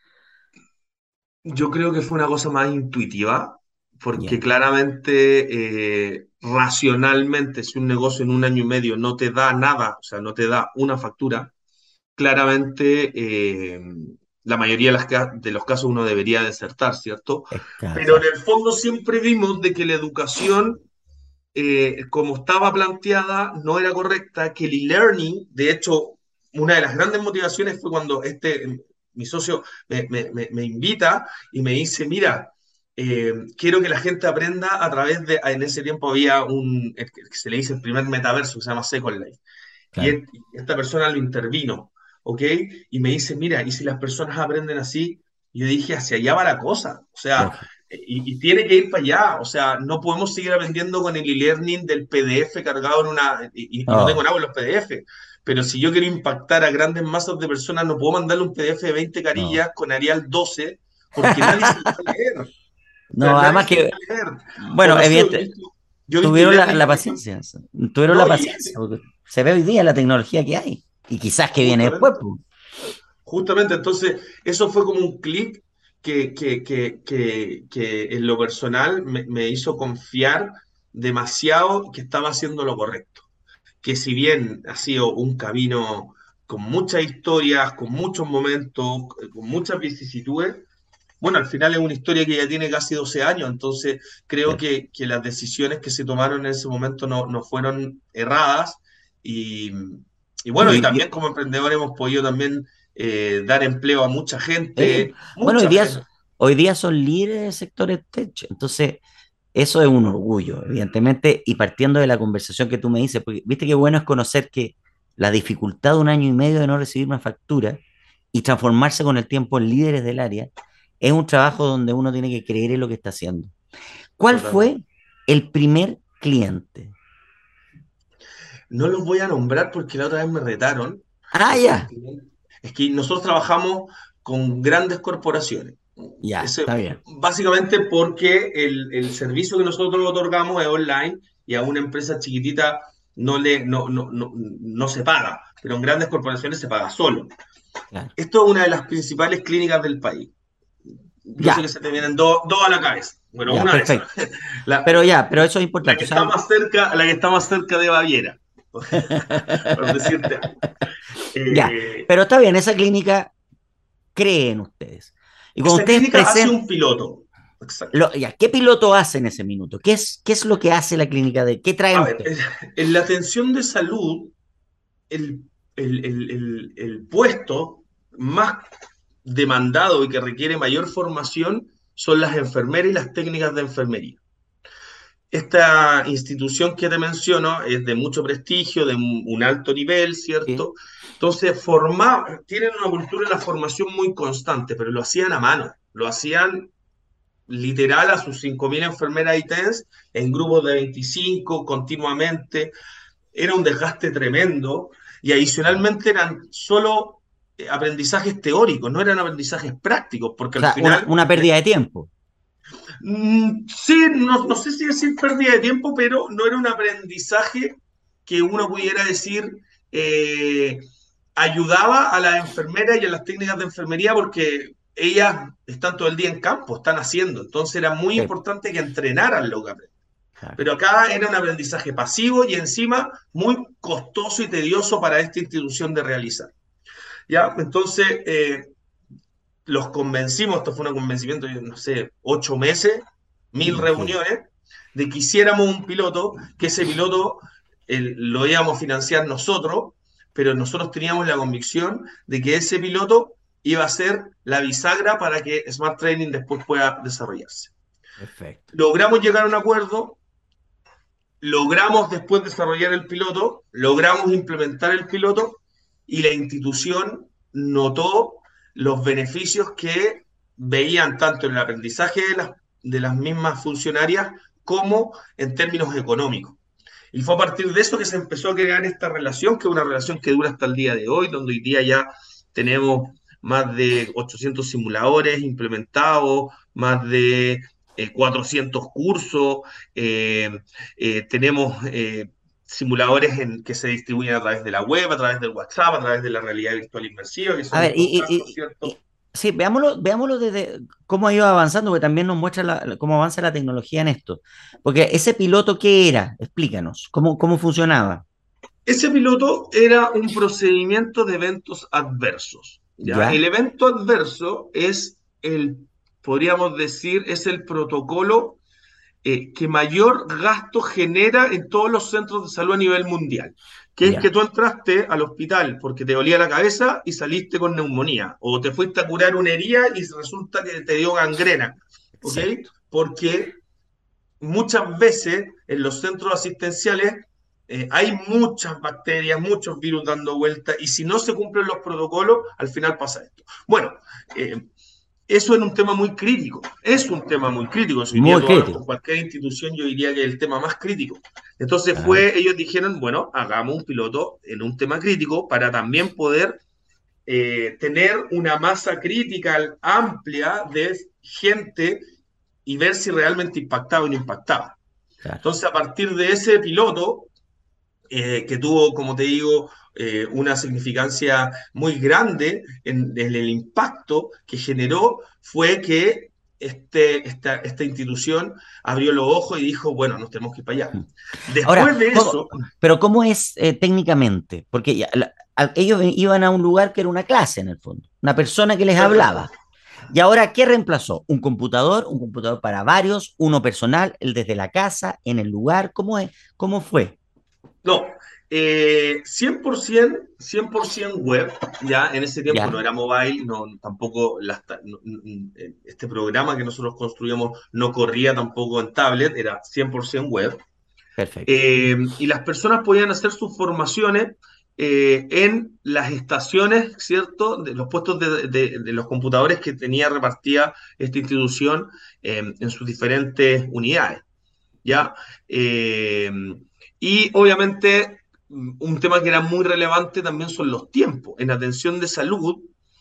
yo creo que fue una cosa más intuitiva, porque Ya, claramente, eh, racionalmente, si un negocio en un año y medio no te da nada, o sea, no te da una factura, claramente, eh, la mayoría de, las ca- de los casos uno debería desertar, ¿cierto? es claro, Pero en exacto, el fondo siempre vimos de que la educación, eh, como estaba planteada, no era correcta, que el e-learning, de hecho, una de las grandes motivaciones fue cuando este, mi socio me, me- me- me invita y me dice, mira, eh, quiero que la gente aprenda a través de, en ese tiempo había un, el que se le dice el primer metaverso, que se llama Second Life, y, claro. et- y esta persona lo intervino, ¿ok? Y me dice, mira, ¿y si las personas aprenden así? Y yo dije, hacia allá va la cosa, o sea, Lógico. y, y tiene que ir para allá, o sea, no podemos seguir aprendiendo con el e-learning del P D F cargado en una, y, y no tengo No, nada con los P D F, pero si yo quiero impactar a grandes masas de personas, no puedo mandarle un P D F de veinte no. carillas con Arial doce, porque nadie se lo va a leer, o sea, No, nadie además se lo que, va a leer, o bueno, no sé, yo he evidente, visto, yo he visto tuvieron la, e-learning la que son, paciencia, tuvieron la no, y paciencia, porque se ve hoy día la tecnología que hay, y quizás que viene después, justamente. pues. Justamente, entonces, eso fue como un clic que, que, que, que, que en lo personal me, me hizo confiar demasiado que estaba haciendo lo correcto. Que si bien ha sido un camino con muchas historias, con muchos momentos, con muchas vicisitudes, bueno, al final es una historia que ya tiene casi doce años, entonces creo Sí. que, que las decisiones que se tomaron en ese momento no, no fueron erradas y, y Bueno, bueno, y y, también y- como emprendedor hemos podido también, eh, dar empleo a mucha sí. gente, Bueno, hoy mucha día, gente. so- hoy día son líderes del sector tech, entonces eso es un orgullo, evidentemente, y partiendo de la conversación que tú me dices, porque viste qué bueno es conocer que la dificultad de un año y medio de no recibir una factura y transformarse con el tiempo en líderes del área es un trabajo donde uno tiene que creer en lo que está haciendo. ¿Cuál Totalmente. fue el primer cliente? No los voy a nombrar porque la otra vez me retaron, Ah, porque el ya, cliente- es que nosotros trabajamos con grandes corporaciones. ya, Ese- está bien. Básicamente porque el, el servicio que nosotros otorgamos es online y a una empresa chiquitita no, le, no, no, no, no se paga, pero en grandes corporaciones se paga solo. Claro. Esto es una de las principales clínicas del país. Yo sé que Ya, se te vienen dos dos a la cabeza. Bueno, ya, una de esas. perfecto. La, Pero ya, pero eso es la importante. que O sea, está más cerca, la que está más cerca de Baviera, por decirte algo. ya, Eh, pero está bien, esa clínica cree en ustedes. Y cuando Esa ustedes clínica hace presentan, un piloto. Exacto. lo, ya, ¿qué piloto hace en ese minuto? ¿Qué es, qué es lo que hace la clínica de, qué traen A ver, ustedes? en la atención de salud, el, el, el, el, el puesto más demandado y que requiere mayor formación son las enfermeras y las técnicas de enfermería. Esta institución que te menciono es de mucho prestigio, de un, un alto nivel, Sí, ¿cierto? Entonces, forma, tienen una cultura de la formación muy constante, pero lo hacían a mano, lo hacían literal a sus cinco mil enfermeras I T E N S en grupos de veinticinco continuamente. Era un desgaste tremendo y claro. adicionalmente eran solo, eh, aprendizajes teóricos, no eran aprendizajes prácticos, O porque al sea, una, final, una pérdida de tiempo. mm, sí, no, no sé si decir pérdida de tiempo, pero no era un aprendizaje que uno pudiera decir, eh, ayudaba a las enfermeras y a las técnicas de enfermería porque ellas están todo el día en campo, están haciendo. Entonces era muy Sí, importante que entrenaran lo que aprendían. claro. Pero acá era un aprendizaje pasivo y encima muy costoso y tedioso para esta institución de realizar. ¿Ya? Entonces, eh, los convencimos, esto fue un convencimiento de, no sé, ocho meses, Me mil imagino. reuniones, de que hiciéramos un piloto, que ese piloto, eh, lo íbamos a financiar nosotros, pero nosotros teníamos la convicción de que ese piloto iba a ser la bisagra para que Smart Training después pueda desarrollarse. Perfecto. Logramos llegar a un acuerdo, logramos después desarrollar el piloto, logramos implementar el piloto y la institución notó los beneficios que veían tanto en el aprendizaje de las, de las mismas funcionarias como en términos económicos. Y fue a partir de eso que se empezó a crear esta relación, que es una relación que dura hasta el día de hoy, donde hoy día ya tenemos más de ochocientos simuladores implementados, más de eh, cuatrocientos cursos, eh, eh, tenemos eh, simuladores en, que se distribuyen a través de la web, a través del WhatsApp, a través de la realidad virtual inmersiva, que A son ver, estos y, cascos, y, y, ¿cierto? y- sí, veámoslo, veámoslo desde cómo ha ido avanzando, porque también nos muestra la- cómo avanza la tecnología en esto. Porque ese piloto, ¿qué era? Explícanos, ¿cómo, cómo funcionaba? Ese piloto era un procedimiento de eventos adversos, ¿ya? El ¿Ya? evento adverso es el, podríamos decir, es el protocolo eh, que mayor gasto genera en todos los centros de salud a nivel mundial, que es que Ya, tú entraste al hospital porque te dolía la cabeza y saliste con neumonía, o te fuiste a curar una herida y resulta que te dio gangrena, ¿ok? exacto. Porque muchas veces en los centros asistenciales eh, hay muchas bacterias, muchos virus dando vuelta, y si no se cumplen los protocolos, al final pasa esto. Bueno, eh, eso es un tema muy crítico, es un tema muy crítico. Si hoy día Muy tú hablas con crítico. cualquier institución, yo diría que es el tema más crítico. Entonces Claro. fue, ellos dijeron, bueno, hagamos un piloto en un tema crítico para también poder eh, tener una masa crítica amplia de gente y ver si realmente impactaba o no impactaba. Claro. Entonces, a partir de ese piloto, eh, que tuvo, como te digo, eh, una significancia muy grande en, en, el impacto que generó, fue que este, esta, esta institución abrió los ojos y dijo, bueno, nos tenemos que ir para allá. Ahora, Después de ¿cómo- eso, pero ¿cómo es eh, técnicamente? Porque ya, la- a- ellos iban a un lugar que era una clase en el fondo, una persona que les perfecto. hablaba. Y ahora, ¿qué reemplazó? ¿Un computador? ¿Un computador para varios? ¿Uno personal? ¿El desde la casa? ¿En el lugar? ¿Cómo es? ¿Cómo fue? No, eh, cien por ciento, cien por ciento web, ya en ese tiempo no Ya, era mobile, no, tampoco las ta- no- no- este programa que nosotros construíamos no corría tampoco en tablet, era cien por ciento web. perfecto. Eh, y las personas podían hacer sus formaciones eh, en las estaciones, ¿cierto? De los puestos de, de- de los computadores que tenía repartida esta institución eh, en sus diferentes unidades. ¿Ya? Eh, y obviamente mm, un tema que era muy relevante también son los tiempos. En atención de salud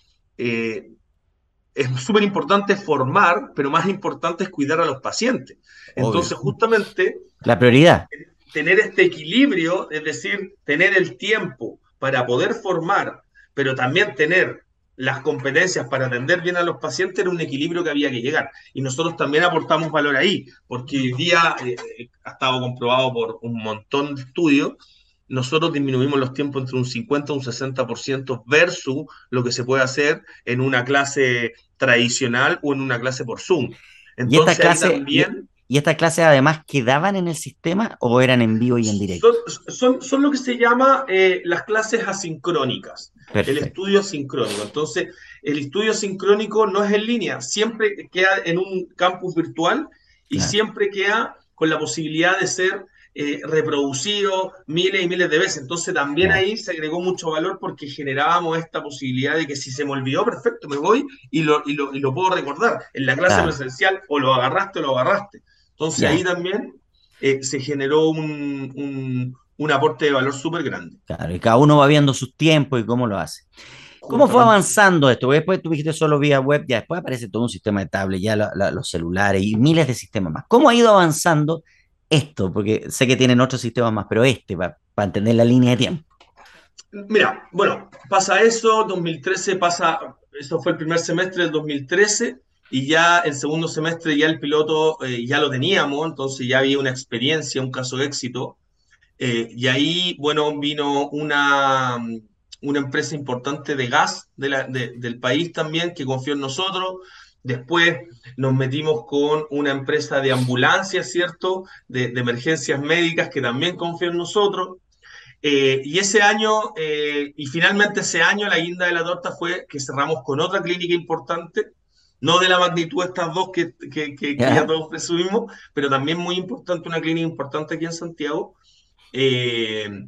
eh, es súper importante formar, pero más importante es cuidar a los pacientes. Obvio. Entonces, justamente, La prioridad. tener este equilibrio, es decir, tener el tiempo para poder formar, pero también tener las competencias para atender bien a los pacientes, era un equilibrio que había que llegar. Y nosotros también aportamos valor ahí, porque hoy día eh, ha estado comprobado por un montón de estudios, nosotros disminuimos los tiempos entre un cincuenta y un sesenta por ciento versus lo que se puede hacer en una clase tradicional o en una clase por Zoom. ¿Y estas Entonces ahí clases, y, también y estas clases además quedaban en el sistema o eran en vivo y en son, directo? son, son lo que se llama eh, las clases asincrónicas, el Perfecto. estudio sincrónico. Entonces, el estudio sincrónico no es en línea, siempre queda en un campus virtual y Claro, siempre queda con la posibilidad de ser eh, reproducido miles y miles de veces. Entonces, también claro, ahí se agregó mucho valor porque generábamos esta posibilidad de que si se me olvidó, perfecto, me voy y lo, y lo, y lo puedo recordar. En la clase claro. presencial o lo agarraste o lo agarraste. Entonces, ahí Ya, también eh, se generó un, un, un aporte de valor súper grande. claro. Y cada uno va viendo sus tiempos y cómo lo hace. ¿Cómo fue Justamente. avanzando esto? Porque después tú dijiste solo vía web, ya después aparece todo un sistema de tablet, ya la- la- los celulares y miles de sistemas más. ¿Cómo ha ido avanzando esto? Porque sé que tienen otros sistemas más, pero este, para entender la línea de tiempo. Mira, bueno, pasa eso, dos mil trece pasa, eso fue el primer semestre del dos mil trece y ya el segundo semestre ya el piloto eh, ya lo teníamos, entonces ya había una experiencia, un caso de éxito. Eh, y ahí, bueno, vino una, una empresa importante de gas de la- de- del país también que confió en nosotros. Después nos metimos con una empresa de ambulancias, ¿cierto? De, de emergencias médicas que también confió en nosotros. Eh, y ese año, eh, y finalmente ese año, la guinda de la torta fue que cerramos con otra clínica importante, no de la magnitud de estas dos que, que, que, que ya ¿Ya? todos presumimos, pero también muy importante, una clínica importante aquí en Santiago, eh,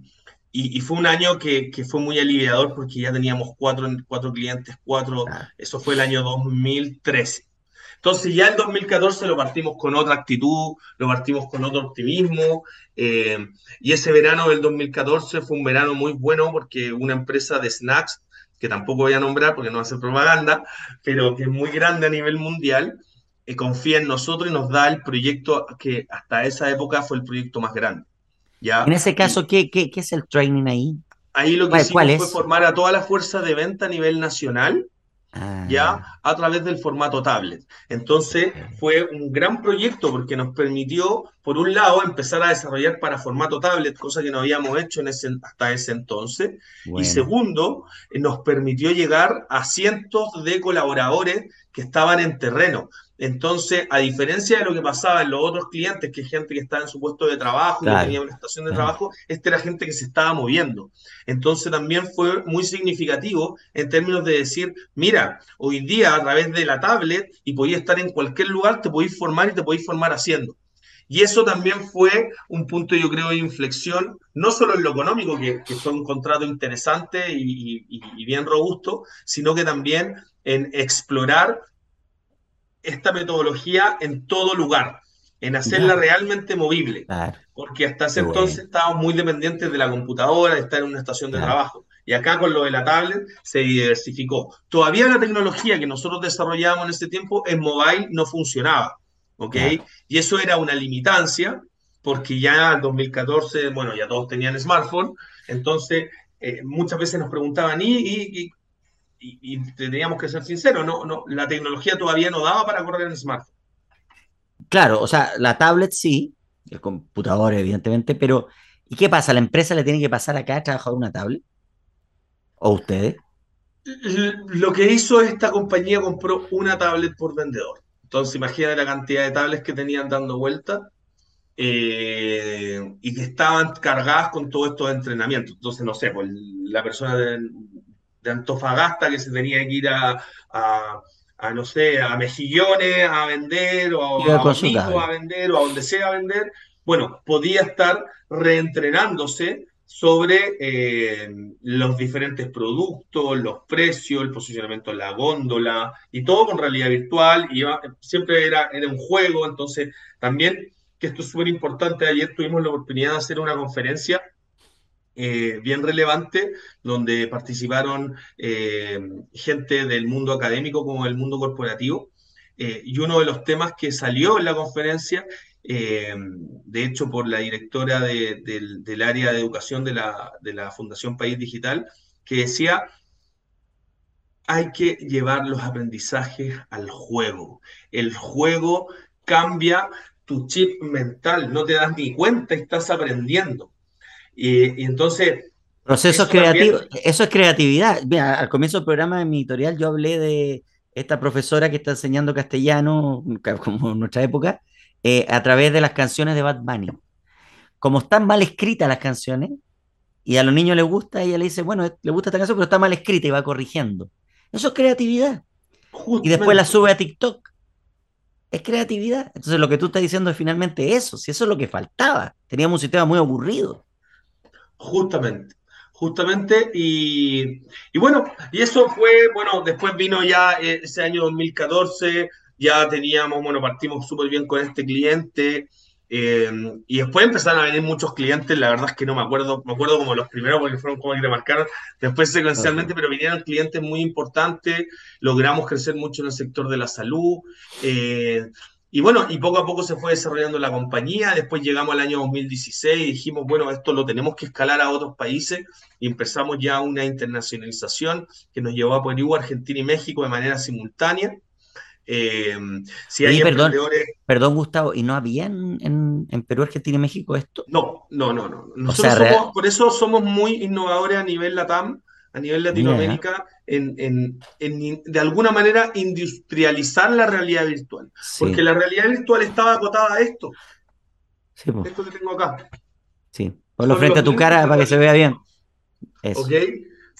y, y fue un año que, que fue muy aliviador porque ya teníamos cuatro, cuatro clientes, cuatro, Claro. eso fue el año dos mil trece. Entonces ya el dos mil catorce lo partimos con otra actitud, lo partimos con otro optimismo, eh, y ese verano del dos mil catorce fue un verano muy bueno porque una empresa de snacks, que tampoco voy a nombrar porque no va a hacer propaganda, pero que es muy grande a nivel mundial, eh, confía en nosotros y nos da el proyecto que hasta esa época fue el proyecto más grande. En ¿Ya? ese Y caso, ¿qué, qué, qué es el training ahí? ahí lo que ¿Cuál, cuál hicimos fue es? formar a toda la fuerza de venta a nivel nacional, ya Ah, a través del formato tablet. Entonces perfecto. fue un gran proyecto porque nos permitió, por un lado, empezar a desarrollar para formato tablet, cosa que no habíamos hecho en ese, hasta ese entonces, y Buena. segundo, eh, nos permitió llegar a cientos de colaboradores que estaban en terreno. Entonces, a diferencia de lo que pasaba en los otros clientes, que es gente que estaba en su puesto de trabajo y que tenía Claro, una estación de claro. trabajo, esta era gente que se estaba moviendo. Entonces, también fue muy significativo en términos de decir, mira, hoy día a través de la tablet y podías estar en cualquier lugar, te podéis formar y te podéis formar haciendo. Y eso también fue un punto, yo creo, de inflexión, no solo en lo económico, que, que fue un contrato interesante y, y, y bien robusto, sino que también en explorar esta metodología en todo lugar, en hacerla Ya, realmente movible, claro. porque hasta ese Qué entonces bueno. estábamos muy dependientes de la computadora, de estar en una estación de Claro, trabajo. Y acá con lo de la tablet se diversificó. Todavía la tecnología que nosotros desarrollábamos en ese tiempo en mobile no funcionaba, ¿ok? claro. Y eso era una limitancia, porque ya en dos mil catorce, bueno, ya todos tenían smartphone, entonces eh, muchas veces nos preguntaban, ¿y, y, y, y teníamos que ser sinceros, no, no, la tecnología todavía no daba para correr en smartphone. Claro, o sea, la tablet sí, el computador evidentemente, pero ¿y qué pasa? ¿La empresa le tiene que pasar acá a trabajar una tablet? ¿O ustedes? Lo que hizo esta compañía compró una tablet por vendedor. Entonces, imagina la cantidad de tablets que tenían dando vuelta, eh, y que estaban cargadas con todos estos entrenamientos. Entonces, no sé, pues la persona de, de Antofagasta que se tenía que ir a, a, a, no sé, a Mejillones a vender, o Iba a con su Hornito a tablet. vender, o a donde sea a vender, bueno, podía estar reentrenándose sobre eh, los diferentes productos, los precios, el posicionamiento en la góndola y todo con realidad virtual. Y iba- siempre era, era un juego, entonces también, que esto es súper importante, ayer tuvimos la oportunidad de hacer una conferencia eh, bien relevante, donde participaron eh, gente del mundo académico como del mundo corporativo. Eh, y uno de los temas que salió en la conferencia, eh, de hecho por la directora de, del, del, área de educación de la, de la Fundación País Digital, que decía, hay que llevar los aprendizajes al juego. El juego cambia tu chip mental, no te das ni cuenta, estás aprendiendo. Y, y entonces, Procesos eso también, creativos, eso es creatividad. Mira, al comienzo del programa de mi editorial yo hablé de esta profesora que está enseñando castellano, ca- como en nuestra época, eh, a través de las canciones de Bad Bunny. Como están mal escritas las canciones, y a los niños les gusta, ella le dice, bueno, le gusta esta canción, pero está mal escrita y va corrigiendo. Eso es creatividad. Y después la justamente, sube a TikTok. Es creatividad. Entonces lo que tú estás diciendo es finalmente eso, si eso es lo que faltaba. Teníamos un sistema muy aburrido. justamente, justamente, y, y bueno, y eso fue, bueno, después vino ya eh, ese año dos mil catorce, ya teníamos, bueno, partimos súper bien con este cliente, eh, y después empezaron a venir muchos clientes, la verdad es que no me acuerdo, me acuerdo como los primeros porque fueron como que te marcaron, después secuencialmente, Ajá. pero vinieron clientes muy importantes, logramos crecer mucho en el sector de la salud, eh, y bueno, y poco a poco se fue desarrollando la compañía. Después llegamos al año dos mil dieciséis y dijimos, bueno, esto lo tenemos que escalar a otros países y empezamos ya una internacionalización que nos llevó a Perú, Argentina y México de manera simultánea. Eh, si hay Oye, perdón, emprendedores, perdón, Gustavo, ¿y no había en, en, en Perú, Argentina y México esto? no, no, no, no. O Nosotros sea, real, somos, por eso somos muy innovadores a nivel LATAM, a nivel mira, Latinoamérica, en, en, en de alguna manera industrializar la realidad virtual. Porque sí, la realidad virtual estaba acotada a esto, sí, pues, esto que tengo acá. sí. Ponlo Son frente los a tu lentes cara de para que se vea realidad bien. virtual. ¿Ok? Eso.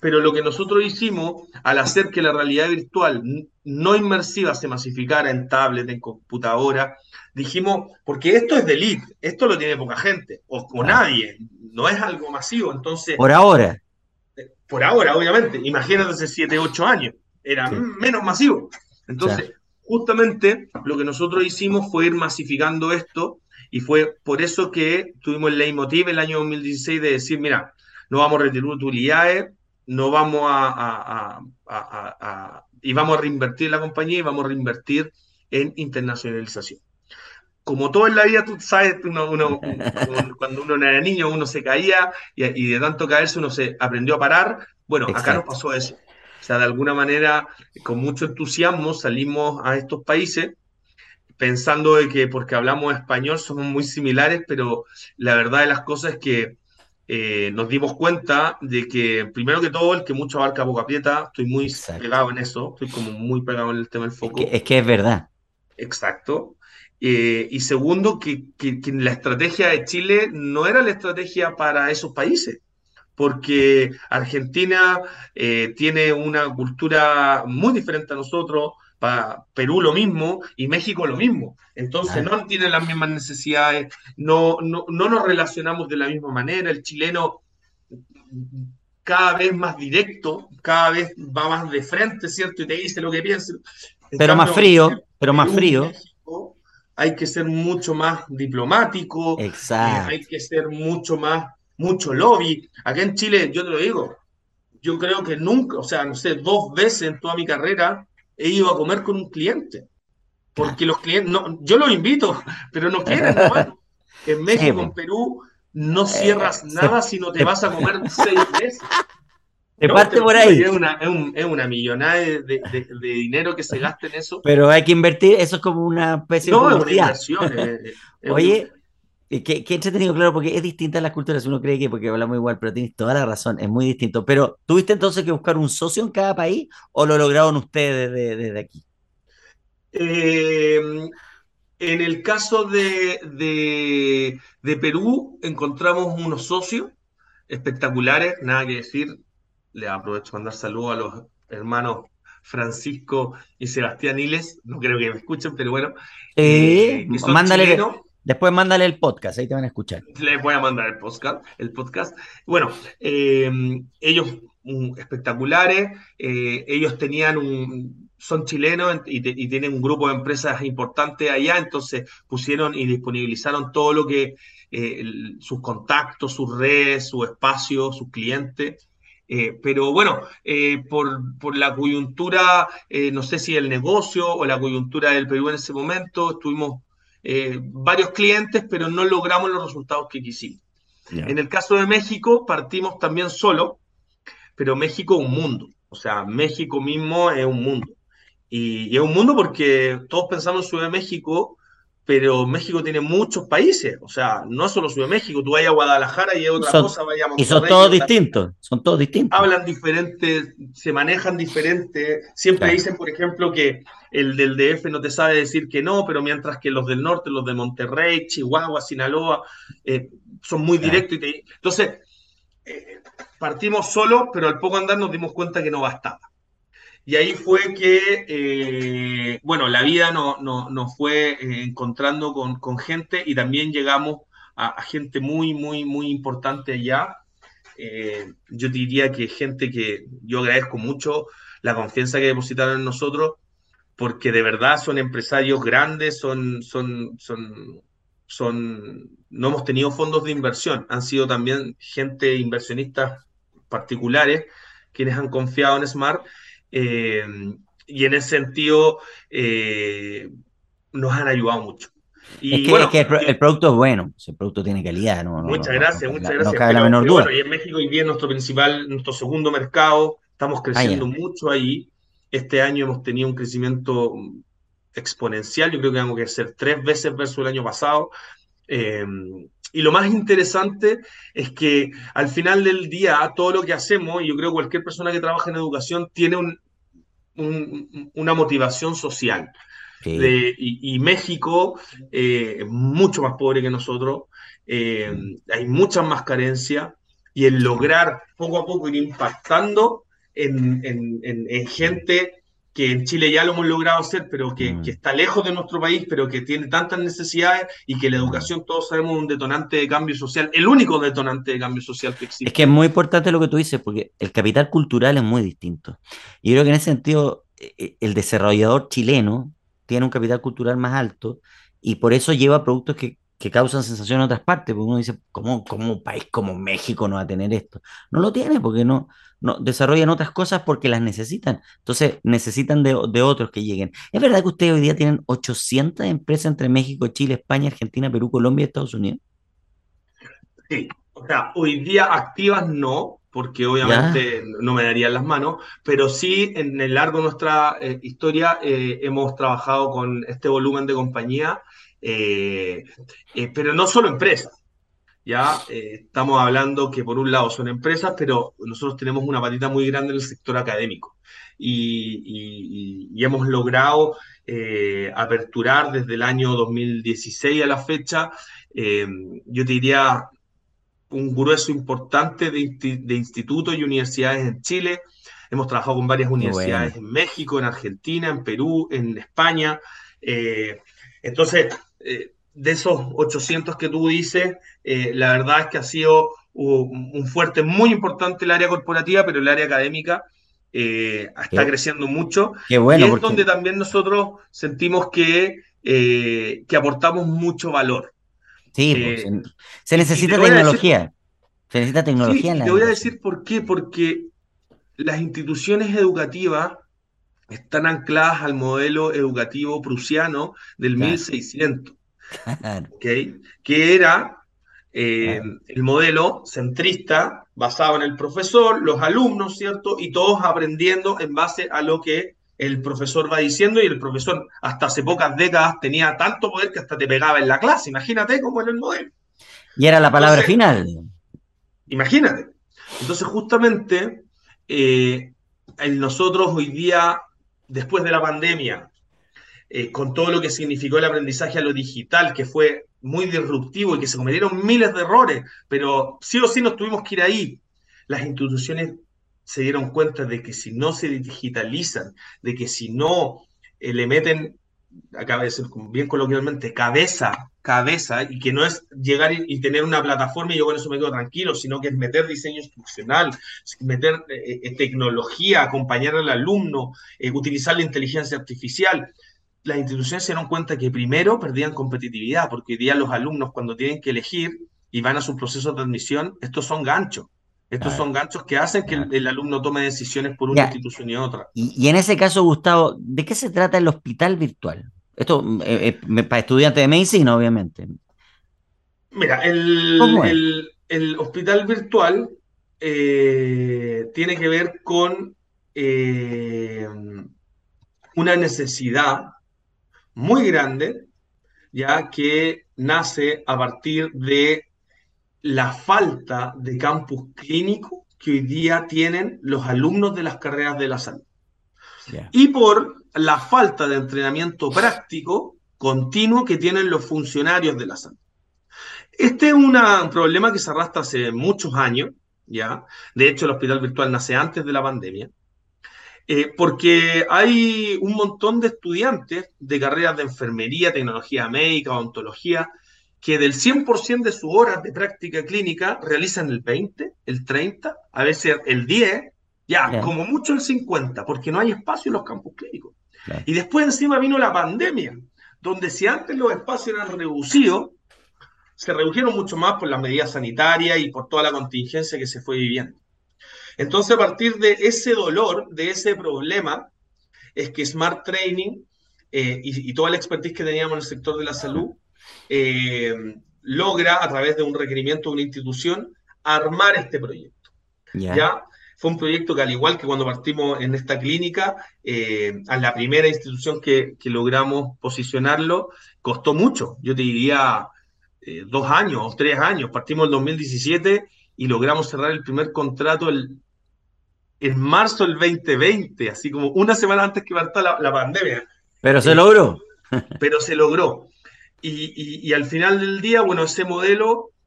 pero lo que nosotros hicimos al hacer que la realidad virtual no inmersiva se masificara en tablet, en computadora, dijimos, porque esto es de elite, esto lo tiene poca gente, o, o Claro. nadie, no es algo masivo, entonces, Por ahora. por ahora, obviamente, imagínate hace siete ocho años, era Sí. menos masivo. Ya. Entonces, justamente lo que nosotros hicimos fue ir masificando esto, y fue por eso que tuvimos el leitmotiv el año dos mil dieciséis de decir, mira, no vamos a retirar utilidades, no vamos a, a, a, a, a, y vamos a reinvertir la compañía y vamos a reinvertir en internacionalización. Como todo en la vida, tú sabes, uno, uno, cuando uno era niño, uno se caía y, y, de tanto caerse uno se aprendió a parar. Bueno, acá nos Exacto. pasó eso. O sea, de alguna manera, con mucho entusiasmo salimos a estos países pensando de que porque hablamos español somos muy similares, pero la verdad de las cosas es que eh, nos dimos cuenta de que, primero que todo, el que mucho abarca poco aprieta, estoy muy Exacto. pegado en eso, estoy como muy pegado en el tema del Es que, foco. es que es verdad. Exacto. Eh, y segundo, que, que- que la estrategia de Chile no era la estrategia para esos países, porque Argentina eh, tiene una cultura muy diferente a nosotros, pa- Perú lo mismo y México lo mismo. Entonces Claro. no tienen las mismas necesidades, no, no, no nos relacionamos de la misma manera. El chileno cada vez más directo, cada vez va más de frente, ¿cierto? Y te dice lo que piensa. En Pero más cambio, frío, pero más Perú, frío. México, hay que ser mucho más diplomático, eh, hay Exacto. que ser mucho más, mucho lobby. Acá en Chile, yo te lo digo, yo creo que nunca, o sea, no sé, dos veces en toda mi carrera he ido a comer con un cliente, Claro. porque los clientes, no, yo los invito, pero no quieren, no van. En Sí, México, pues. en Perú, no Eh, cierras se, nada si no te se- vas a comer seis meses. se No, te parte lo por juro, y ahí. es una, es un- es una millonada de, de- de- de dinero que se gasta en eso. Pero hay que invertir, eso es como una especie de No es una publicidad. inversión, es, es un... Oye, eh, qué, qué entretenido, claro, porque es distinta las culturas. Uno cree que porque hablamos igual, pero tienes toda la razón, es muy distinto. Pero, ¿tuviste entonces que buscar un socio en cada país o lo lograron ustedes desde, desde aquí? Eh, en el caso de, de, de Perú, encontramos unos socios espectaculares, nada que decir. Le aprovecho para mandar saludos a los hermanos Francisco y Sebastián Iles, no creo que me escuchen, pero bueno, Sí, eh, que son mándale, chilenos. después mándale el podcast, ahí te van a escuchar. Les voy a mandar el podcast. El podcast. Bueno, eh, ellos mm, espectaculares, eh, ellos tenían un, son chilenos y, te- y tienen un grupo de empresas importantes allá, entonces pusieron y disponibilizaron todo lo que, eh, el- sus contactos, sus redes, su espacio, sus clientes. Eh, pero bueno, eh, por, por la coyuntura, eh, no sé si el negocio o la coyuntura del Perú en ese momento, estuvimos eh, varios clientes, pero no logramos los resultados que quisimos. En Ya. el caso de México, partimos también solo, pero México es un mundo. O sea, México mismo es un mundo. Y, y es un mundo porque todos pensamos en Ciudad de México, pero México tiene muchos países. O sea, no es solo Ciudad de México. Tú vayas a Guadalajara y es otra Son, cosa, vayas a y son Monterrey y es todos otra cosa. distintos, son todos distintos. Hablan diferente, se manejan diferente. Siempre Claro, dicen, por ejemplo, que el del D F no te sabe decir que no, pero mientras que los del norte, los de Monterrey, Chihuahua, Sinaloa, eh, son muy claro. directos. Y te... Entonces, eh, partimos solos, pero al poco andar nos dimos cuenta que no bastaba. Y ahí fue que, eh, bueno, la vida nos no, no fue eh, encontrando con, con, gente y también llegamos a, a gente muy, muy, muy importante allá. Eh, yo diría que gente que yo agradezco mucho la confianza que depositaron en nosotros, porque de verdad son empresarios grandes, son, son, son, son, no hemos tenido fondos de inversión, han sido también gente, inversionistas particulares, quienes han confiado en Smart, eh, y en ese sentido eh, nos han ayudado mucho. Es Y que, es bueno, que el, pro- el producto es bueno, si el producto tiene calidad, no, no, no, muchas no, no gracias, cabe muchas la, no gracias. cabe la Pero, menor pero bueno, duda. y en México hoy día es nuestro principal, nuestro segundo mercado. Estamos Ah, creciendo ya. mucho ahí. Este año hemos tenido un crecimiento exponencial. Yo creo que vamos a crecer tres veces versus el año pasado. Eh, y lo más interesante es que al final del día, todo lo que hacemos, y yo creo que cualquier persona que trabaja en educación tiene un, un, una motivación social. Sí. De, y, y, México eh, es mucho más pobre que nosotros, eh, hay muchas más carencias, y el lograr poco a poco ir impactando en, en, en, en gente que en Chile ya lo hemos logrado hacer, pero que, que, Mm, está lejos de nuestro país, pero que tiene tantas necesidades y que la mm. educación, todos sabemos, es un detonante de cambio social, el único detonante de cambio social que Es que es existe. muy importante lo que tú dices, porque el capital cultural es muy distinto. Y yo creo que en ese sentido, eh, eh, el desarrollador chileno tiene un capital cultural más alto y por eso lleva productos que, que causan sensación en otras partes, porque uno dice, ¿cómo, cómo un país como México no va a tener esto? No lo tiene, porque no, no desarrollan otras cosas porque las necesitan. Entonces, necesitan de, de otros que lleguen. ¿Es verdad que ustedes hoy día tienen ochocientas empresas entre México, Chile, España, Argentina, Perú, Colombia y Estados Unidos? Sí, o sea, hoy día activas no, porque ¿Ya? obviamente no me darían las manos, pero sí en el largo de nuestra eh, historia eh, hemos trabajado con este volumen de compañía, eh, eh, pero no solo empresas. Ya eh, estamos hablando que por un lado son empresas, pero nosotros tenemos una patita muy grande en el sector académico y, y- y- y hemos logrado eh, aperturar desde el año dos mil dieciséis a la fecha, eh, yo te diría un grueso importante de, insti- de institutos y universidades en Chile. Hemos trabajado con varias Qué universidades bueno. en México, en Argentina, en Perú, en España. Eh, entonces, eh, de esos ochocientos que tú dices, eh, la verdad es que ha sido un, un fuerte muy importante el área corporativa, pero el área académica eh, Qué, está creciendo mucho qué y bueno, es porque donde también nosotros sentimos que, eh, que aportamos mucho valor. sí, pues, Eh, se, se y, y te necesita voy a decir tecnología, se necesita Sí, tecnología en y la te voy a educación. decir por qué, porque las instituciones educativas están ancladas al modelo educativo prusiano del Claro, mil seiscientos, claro, ¿ok? Que era eh, claro. el modelo centrista basado en el profesor, los alumnos, ¿cierto? Y todos aprendiendo en base a lo que el profesor va diciendo y el profesor hasta hace pocas décadas tenía tanto poder que hasta te pegaba en la clase, imagínate cómo era el modelo. Y era la palabra Entonces, final. imagínate. Entonces, justamente, eh, el nosotros hoy día, después de la pandemia, eh, con todo lo que significó el aprendizaje a lo digital, que fue muy disruptivo y que se cometieron miles de errores, pero sí o sí nos tuvimos que ir ahí. Las instituciones se dieron cuenta de que si no se digitalizan, de que si no eh, le meten, acaba de ser bien coloquialmente, cabeza, cabeza, y que no es llegar y, y tener una plataforma y yo con eso me quedo tranquilo, sino que es meter diseño instruccional, meter eh, eh, tecnología, acompañar al alumno, eh, utilizar la inteligencia artificial. Las instituciones se dieron cuenta que primero perdían competitividad, porque hoy día los alumnos cuando tienen que elegir y van a sus procesos de admisión, estos son ganchos. Estos Claro, son ganchos que hacen que el, claro. el alumno tome decisiones por una Ya, institución y otra. y, y en ese caso, Gustavo, ¿de qué se trata el hospital virtual? Esto eh, eh, para estudiantes de medicina, obviamente. Mira, el, ¿Cómo es? el- el hospital virtual eh, tiene que ver con eh, una necesidad muy grande, ya que nace a partir de la falta de campus clínico que hoy día tienen los alumnos de las carreras de la salud Ya, y por la falta de entrenamiento práctico continuo que tienen los funcionarios de la salud. Este es una, un problema que se arrastra hace muchos años, ¿ya? De hecho, el hospital virtual nace antes de la pandemia, eh, porque hay un montón de estudiantes de carreras de enfermería, tecnología médica, odontología, que del cien por ciento de sus horas de práctica clínica realizan el veinte, el treinta, a veces el diez, ya, ya, como mucho el cincuenta, porque no hay espacio en los campus clínicos. claro. Y después encima vino la pandemia, donde si antes los espacios eran reducidos, se redujeron mucho más por las medidas sanitarias y por toda la contingencia que se fue viviendo. Entonces, a partir de ese dolor, de ese problema, es que Smart Training eh, y, y, toda la expertise que teníamos en el sector de la salud eh, logra, a través de un requerimiento de una institución, armar este proyecto. Ya, ¿Ya? Fue un proyecto que, al igual que cuando partimos en esta clínica, eh, a la primera institución que, que, logramos posicionarlo, costó mucho. Yo te diría eh, dos años o tres años. Partimos en dos mil diecisiete y logramos cerrar el primer contrato el, en marzo del dos mil veinte, así como una semana antes que partiera la, la pandemia. pero se Eh, logró. pero se logró. Y, y, y, al final del día, bueno, ese modelo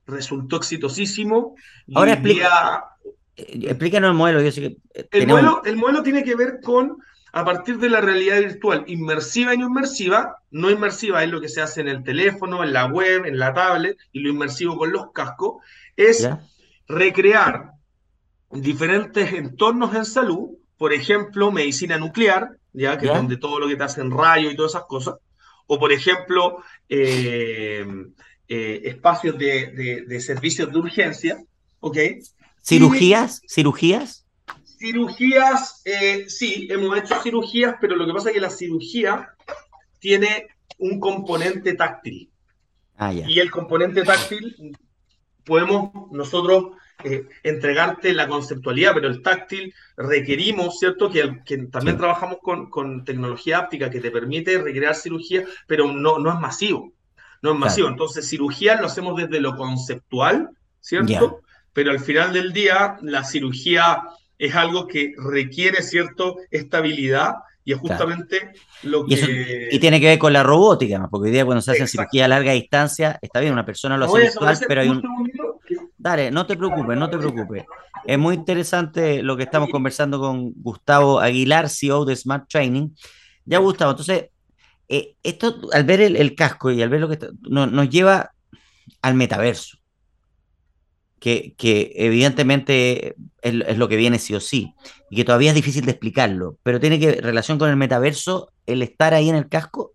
resultó exitosísimo y Ahora hoy explica, día eh, explícanos el modelo. Yo sé que eh, el tenemos. modelo, el modelo tiene que ver con, a partir de la realidad virtual, inmersiva y no inmersiva. No inmersiva es lo que se hace en el teléfono, en la web, en la tablet, y lo inmersivo con los cascos, es ¿Ya? recrear diferentes entornos en salud, por ejemplo, medicina nuclear, ya que es ¿Ya? donde todo lo que te hacen rayos y todas esas cosas, o por ejemplo, eh, eh, espacios de, de, de, servicios de urgencia, ¿ok? Y ¿Cirugías? ¿Cirugías? cirugías, eh, sí, hemos hecho cirugías, pero lo que pasa es que la cirugía tiene un componente táctil. Ah, ya. Y el componente táctil podemos nosotros eh, entregarte la conceptualidad, pero el táctil requerimos, ¿cierto? Que, que también Sí, trabajamos con, con, tecnología áptica que te permite recrear cirugía, pero no, no es masivo. No es masivo. claro. Entonces, cirugía lo hacemos desde lo conceptual, Ya, ¿cierto? Pero al final del día, la cirugía es algo que requiere, ¿cierto?, estabilidad y es claro. justamente lo Y eso, y que... tiene que ver con la robótica, ¿no? Porque hoy día cuando se hacen cirugía a Exacto. larga distancia, está bien, una persona lo Me hace voy a virtual, desaparecer pero hay un un. segundito. Que... Dale, no te preocupes, no te preocupes. Es muy interesante lo que estamos conversando con Gustavo Aguilar, C E O de Smart Training. Ya, Ya. Gustavo, entonces, eh, esto al ver el, el casco y al ver lo que está- no- nos lleva al metaverso, que, que evidentemente es, es lo que viene sí o sí, y que todavía es difícil de explicarlo, pero tiene que relación con el metaverso, el estar ahí en el casco.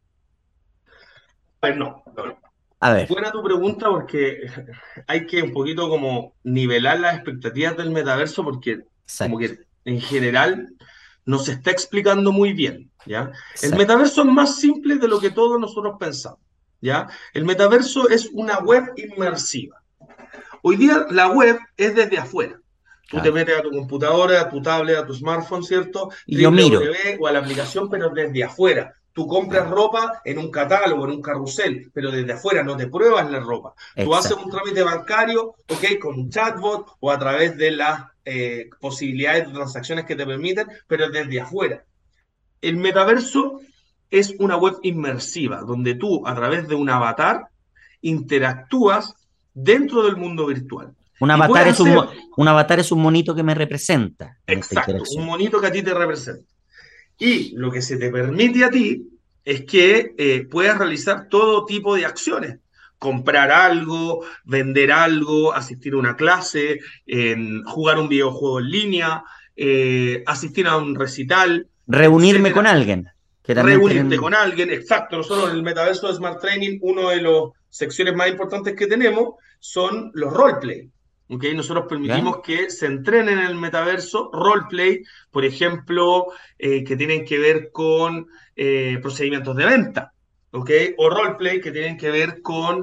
Pues no, no. A ver, Buena tu pregunta porque hay que un poquito como nivelar las expectativas del metaverso porque como exacto, que en general no se está explicando muy bien, ¿ya? El exacto, metaverso es más simple de lo que todos nosotros pensamos, ¿ya? El metaverso es una web inmersiva. Hoy día la web es desde afuera. Tú te claro. metes a tu computadora, a tu tablet, a tu smartphone, ¿cierto? Y yo miro, www o a la aplicación, pero desde afuera. Tú compras claro, ropa en un catálogo, en un carrusel, pero desde afuera no te pruebas la ropa. Tú haces un exacto. trámite bancario, ok, con un chatbot o a través de las eh, posibilidades de transacciones que te permiten, pero desde afuera. El metaverso es una web inmersiva, donde tú, a través de un avatar, interactúas dentro del mundo virtual. Un Y avatar puedes es un, hacer, mo- un avatar es un monito que me representa en esta exacto, un interacción. monito que a ti te representa. Y lo que se te permite a ti es que eh, puedas realizar todo tipo de acciones. Comprar algo, vender algo, asistir a una clase, eh, jugar un videojuego en línea, eh, asistir a un recital, Reunirme con etcétera. alguien, que también Reunirte tienen. con alguien, exacto. Nosotros en el metaverso de Smart Training, una de las secciones más importantes que tenemos son los roleplay. ¿Okay? Nosotros ¿Ya? permitimos que se entrenen en el metaverso roleplay, por ejemplo, eh, que tienen que ver con eh, procedimientos de venta. ¿Okay? O roleplay que tienen que ver con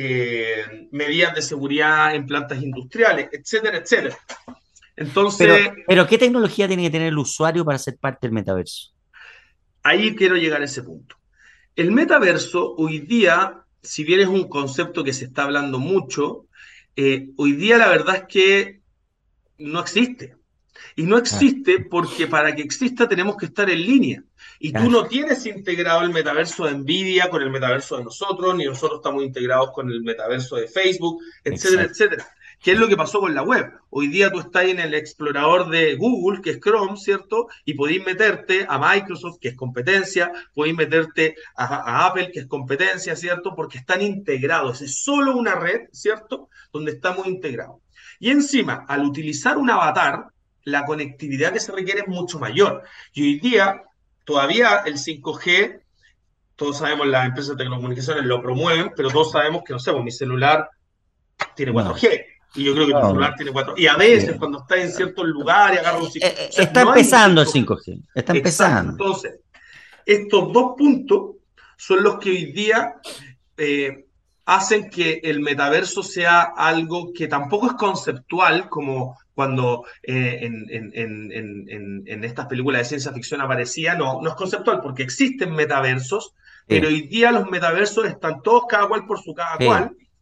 eh, medidas de seguridad en plantas industriales, etcétera, etcétera. Entonces, Pero, pero ¿qué tecnología tiene que tener el usuario para ser parte del metaverso? ahí quiero llegar a ese punto. El metaverso hoy día, si bien es un concepto que se está hablando mucho, eh, hoy día la verdad es que no existe. Y no Ah, existe porque para que exista tenemos que estar en línea. Y tú claro, no tienes integrado el metaverso de Nvidia con el metaverso de nosotros, ni nosotros estamos integrados con el metaverso de Facebook, etcétera, exacto, etcétera. ¿Qué es lo que pasó con la web? Hoy día tú estás en el explorador de Google, que es Chrome, ¿cierto? Y podéis meterte a Microsoft, que es competencia, podéis meterte a, a Apple, que es competencia, ¿cierto? Porque están integrados. Es solo una red, ¿cierto? Donde estamos integrados. Y encima, al utilizar un avatar, la conectividad que se requiere es mucho mayor. Y hoy día, todavía el cinco G, todos sabemos, las empresas de telecomunicaciones lo promueven, pero todos sabemos que, no sé, pues, mi celular tiene no, cuatro G. Y yo creo que tu no, celular no. tiene cuatro G. Y a Sí. veces, cuando estás en ciertos lugares, agarra un Eh, cinco G. eh, O sea, está no hay un empezando el cinco G. cinco G, está Exacto. empezando. Entonces, estos dos puntos son los que hoy día eh, hacen que el metaverso sea algo que tampoco es conceptual, como cuando eh, en, en, en, en, en, estas películas de ciencia ficción aparecía, no, no es conceptual, porque existen metaversos, pero Sí, hoy día los metaversos están todos cada cual por su cada sí. cual,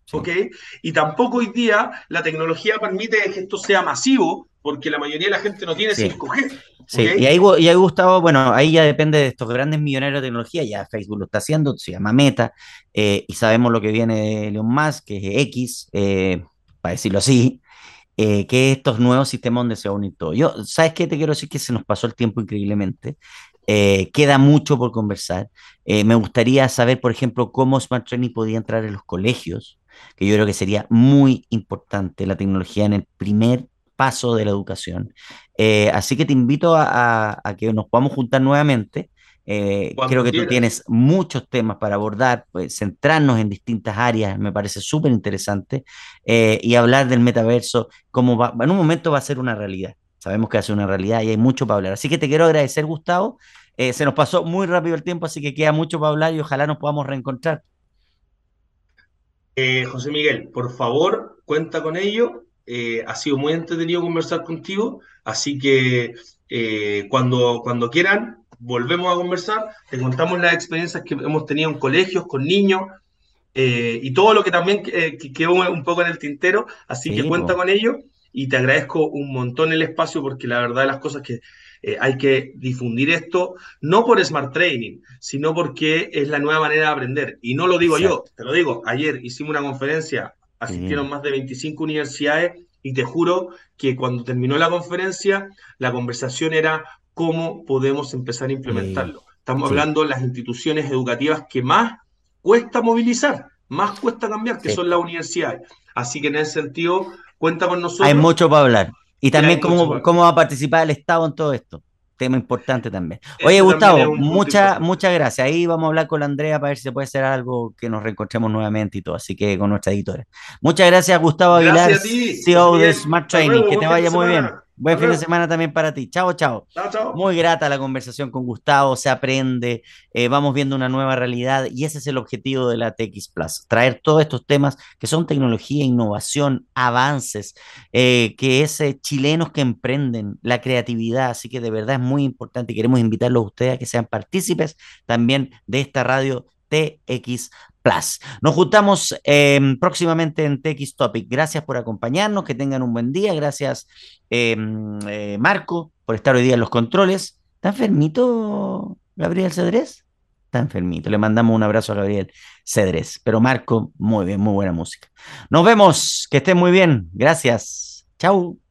¿ok? sí. Y tampoco hoy día la tecnología permite que esto sea masivo, porque la mayoría de la gente no tiene Sí, cinco G, ¿ok? sí, y ahí, Gu- y ahí Gustavo, bueno, ahí ya depende de estos grandes millonarios de tecnología, ya Facebook lo está haciendo, se llama Meta, eh, y sabemos lo que viene de Elon Musk, que es X, eh, para decirlo así, eh, que estos nuevos sistemas donde se va a unir todo. Yo, ¿sabes qué? Te quiero decir que se nos pasó el tiempo increíblemente. Eh, queda mucho por conversar. Eh, me gustaría saber, por ejemplo, cómo Smart Training podría entrar en los colegios, que yo creo que sería muy importante la tecnología en el primer paso de la educación. Eh, así que te invito a, a- a que nos podamos juntar nuevamente. Eh, creo Cuando que tú quieras. tienes muchos temas para abordar, pues, centrarnos en distintas áreas, me parece súper interesante, eh, y hablar del metaverso, como va, en un momento va a ser una realidad. Sabemos que va a ser una realidad y hay mucho para hablar. Así que te quiero agradecer, Gustavo. Eh, se nos pasó muy rápido el tiempo, así que queda mucho para hablar y ojalá nos podamos reencontrar. Eh, José Miguel, por favor, cuenta con ello. Eh, ha sido muy entretenido conversar contigo, así que eh, cuando, cuando quieran, volvemos a conversar. Te contamos las experiencias que hemos tenido en colegios, con niños, eh, y todo lo que también eh, que quedó un poco en el tintero, así que Sí, cuenta pues, con ello y te agradezco un montón el espacio porque la verdad de las cosas que eh, hay que difundir esto, no por Smart Training, sino porque es la nueva manera de aprender. Y no lo digo yo, exacto. te lo digo, ayer hicimos una conferencia, Sí, asistieron más de veinticinco universidades y te juro que cuando terminó la conferencia, la conversación era cómo podemos empezar a sí, implementarlo. Estamos sí, hablando de las instituciones educativas que más cuesta movilizar, más cuesta cambiar, que sí. son las universidades. Así que en ese sentido, cuenta con Hay nosotros, mucho para hablar. Y que hay también mucho cómo, para cómo hablar. va a participar el Estado en todo esto. Tema importante también. Oye, Ese también es Gustavo, un punto muchas, importante. muchas gracias. Ahí vamos a hablar con la Andrea para ver si se puede hacer algo que nos reencontremos nuevamente y todo. Así que con nuestra editora. Muchas gracias, Gustavo Aguilar, Gracias a ti, José C E O de Miguel. Smart Hasta Training. luego, Que te buen fin de vaya muy bien. semana. Buen Hasta fin de luego. semana también para ti. Chao, chao. Chao, chao. Muy grata la conversación con Gustavo, se aprende, eh, vamos viendo una nueva realidad y ese es el objetivo de la T X Plus, traer todos estos temas que son tecnología, innovación, avances, eh, que es eh, chilenos que emprenden, la creatividad, así que de verdad es muy importante y queremos invitarlos a ustedes a que sean partícipes también de esta radio T X Plus. Nos juntamos eh, próximamente en T X Topic. Gracias por acompañarnos, que tengan un buen día. Gracias, eh, eh, Marco, por estar hoy día en los controles. ¿Está enfermito Gabriel Cedrés? Está enfermito. Le mandamos un abrazo a Gabriel Cedrés. Pero Marco, muy bien, muy buena música. Nos vemos. Que estén muy bien. Gracias. Chau.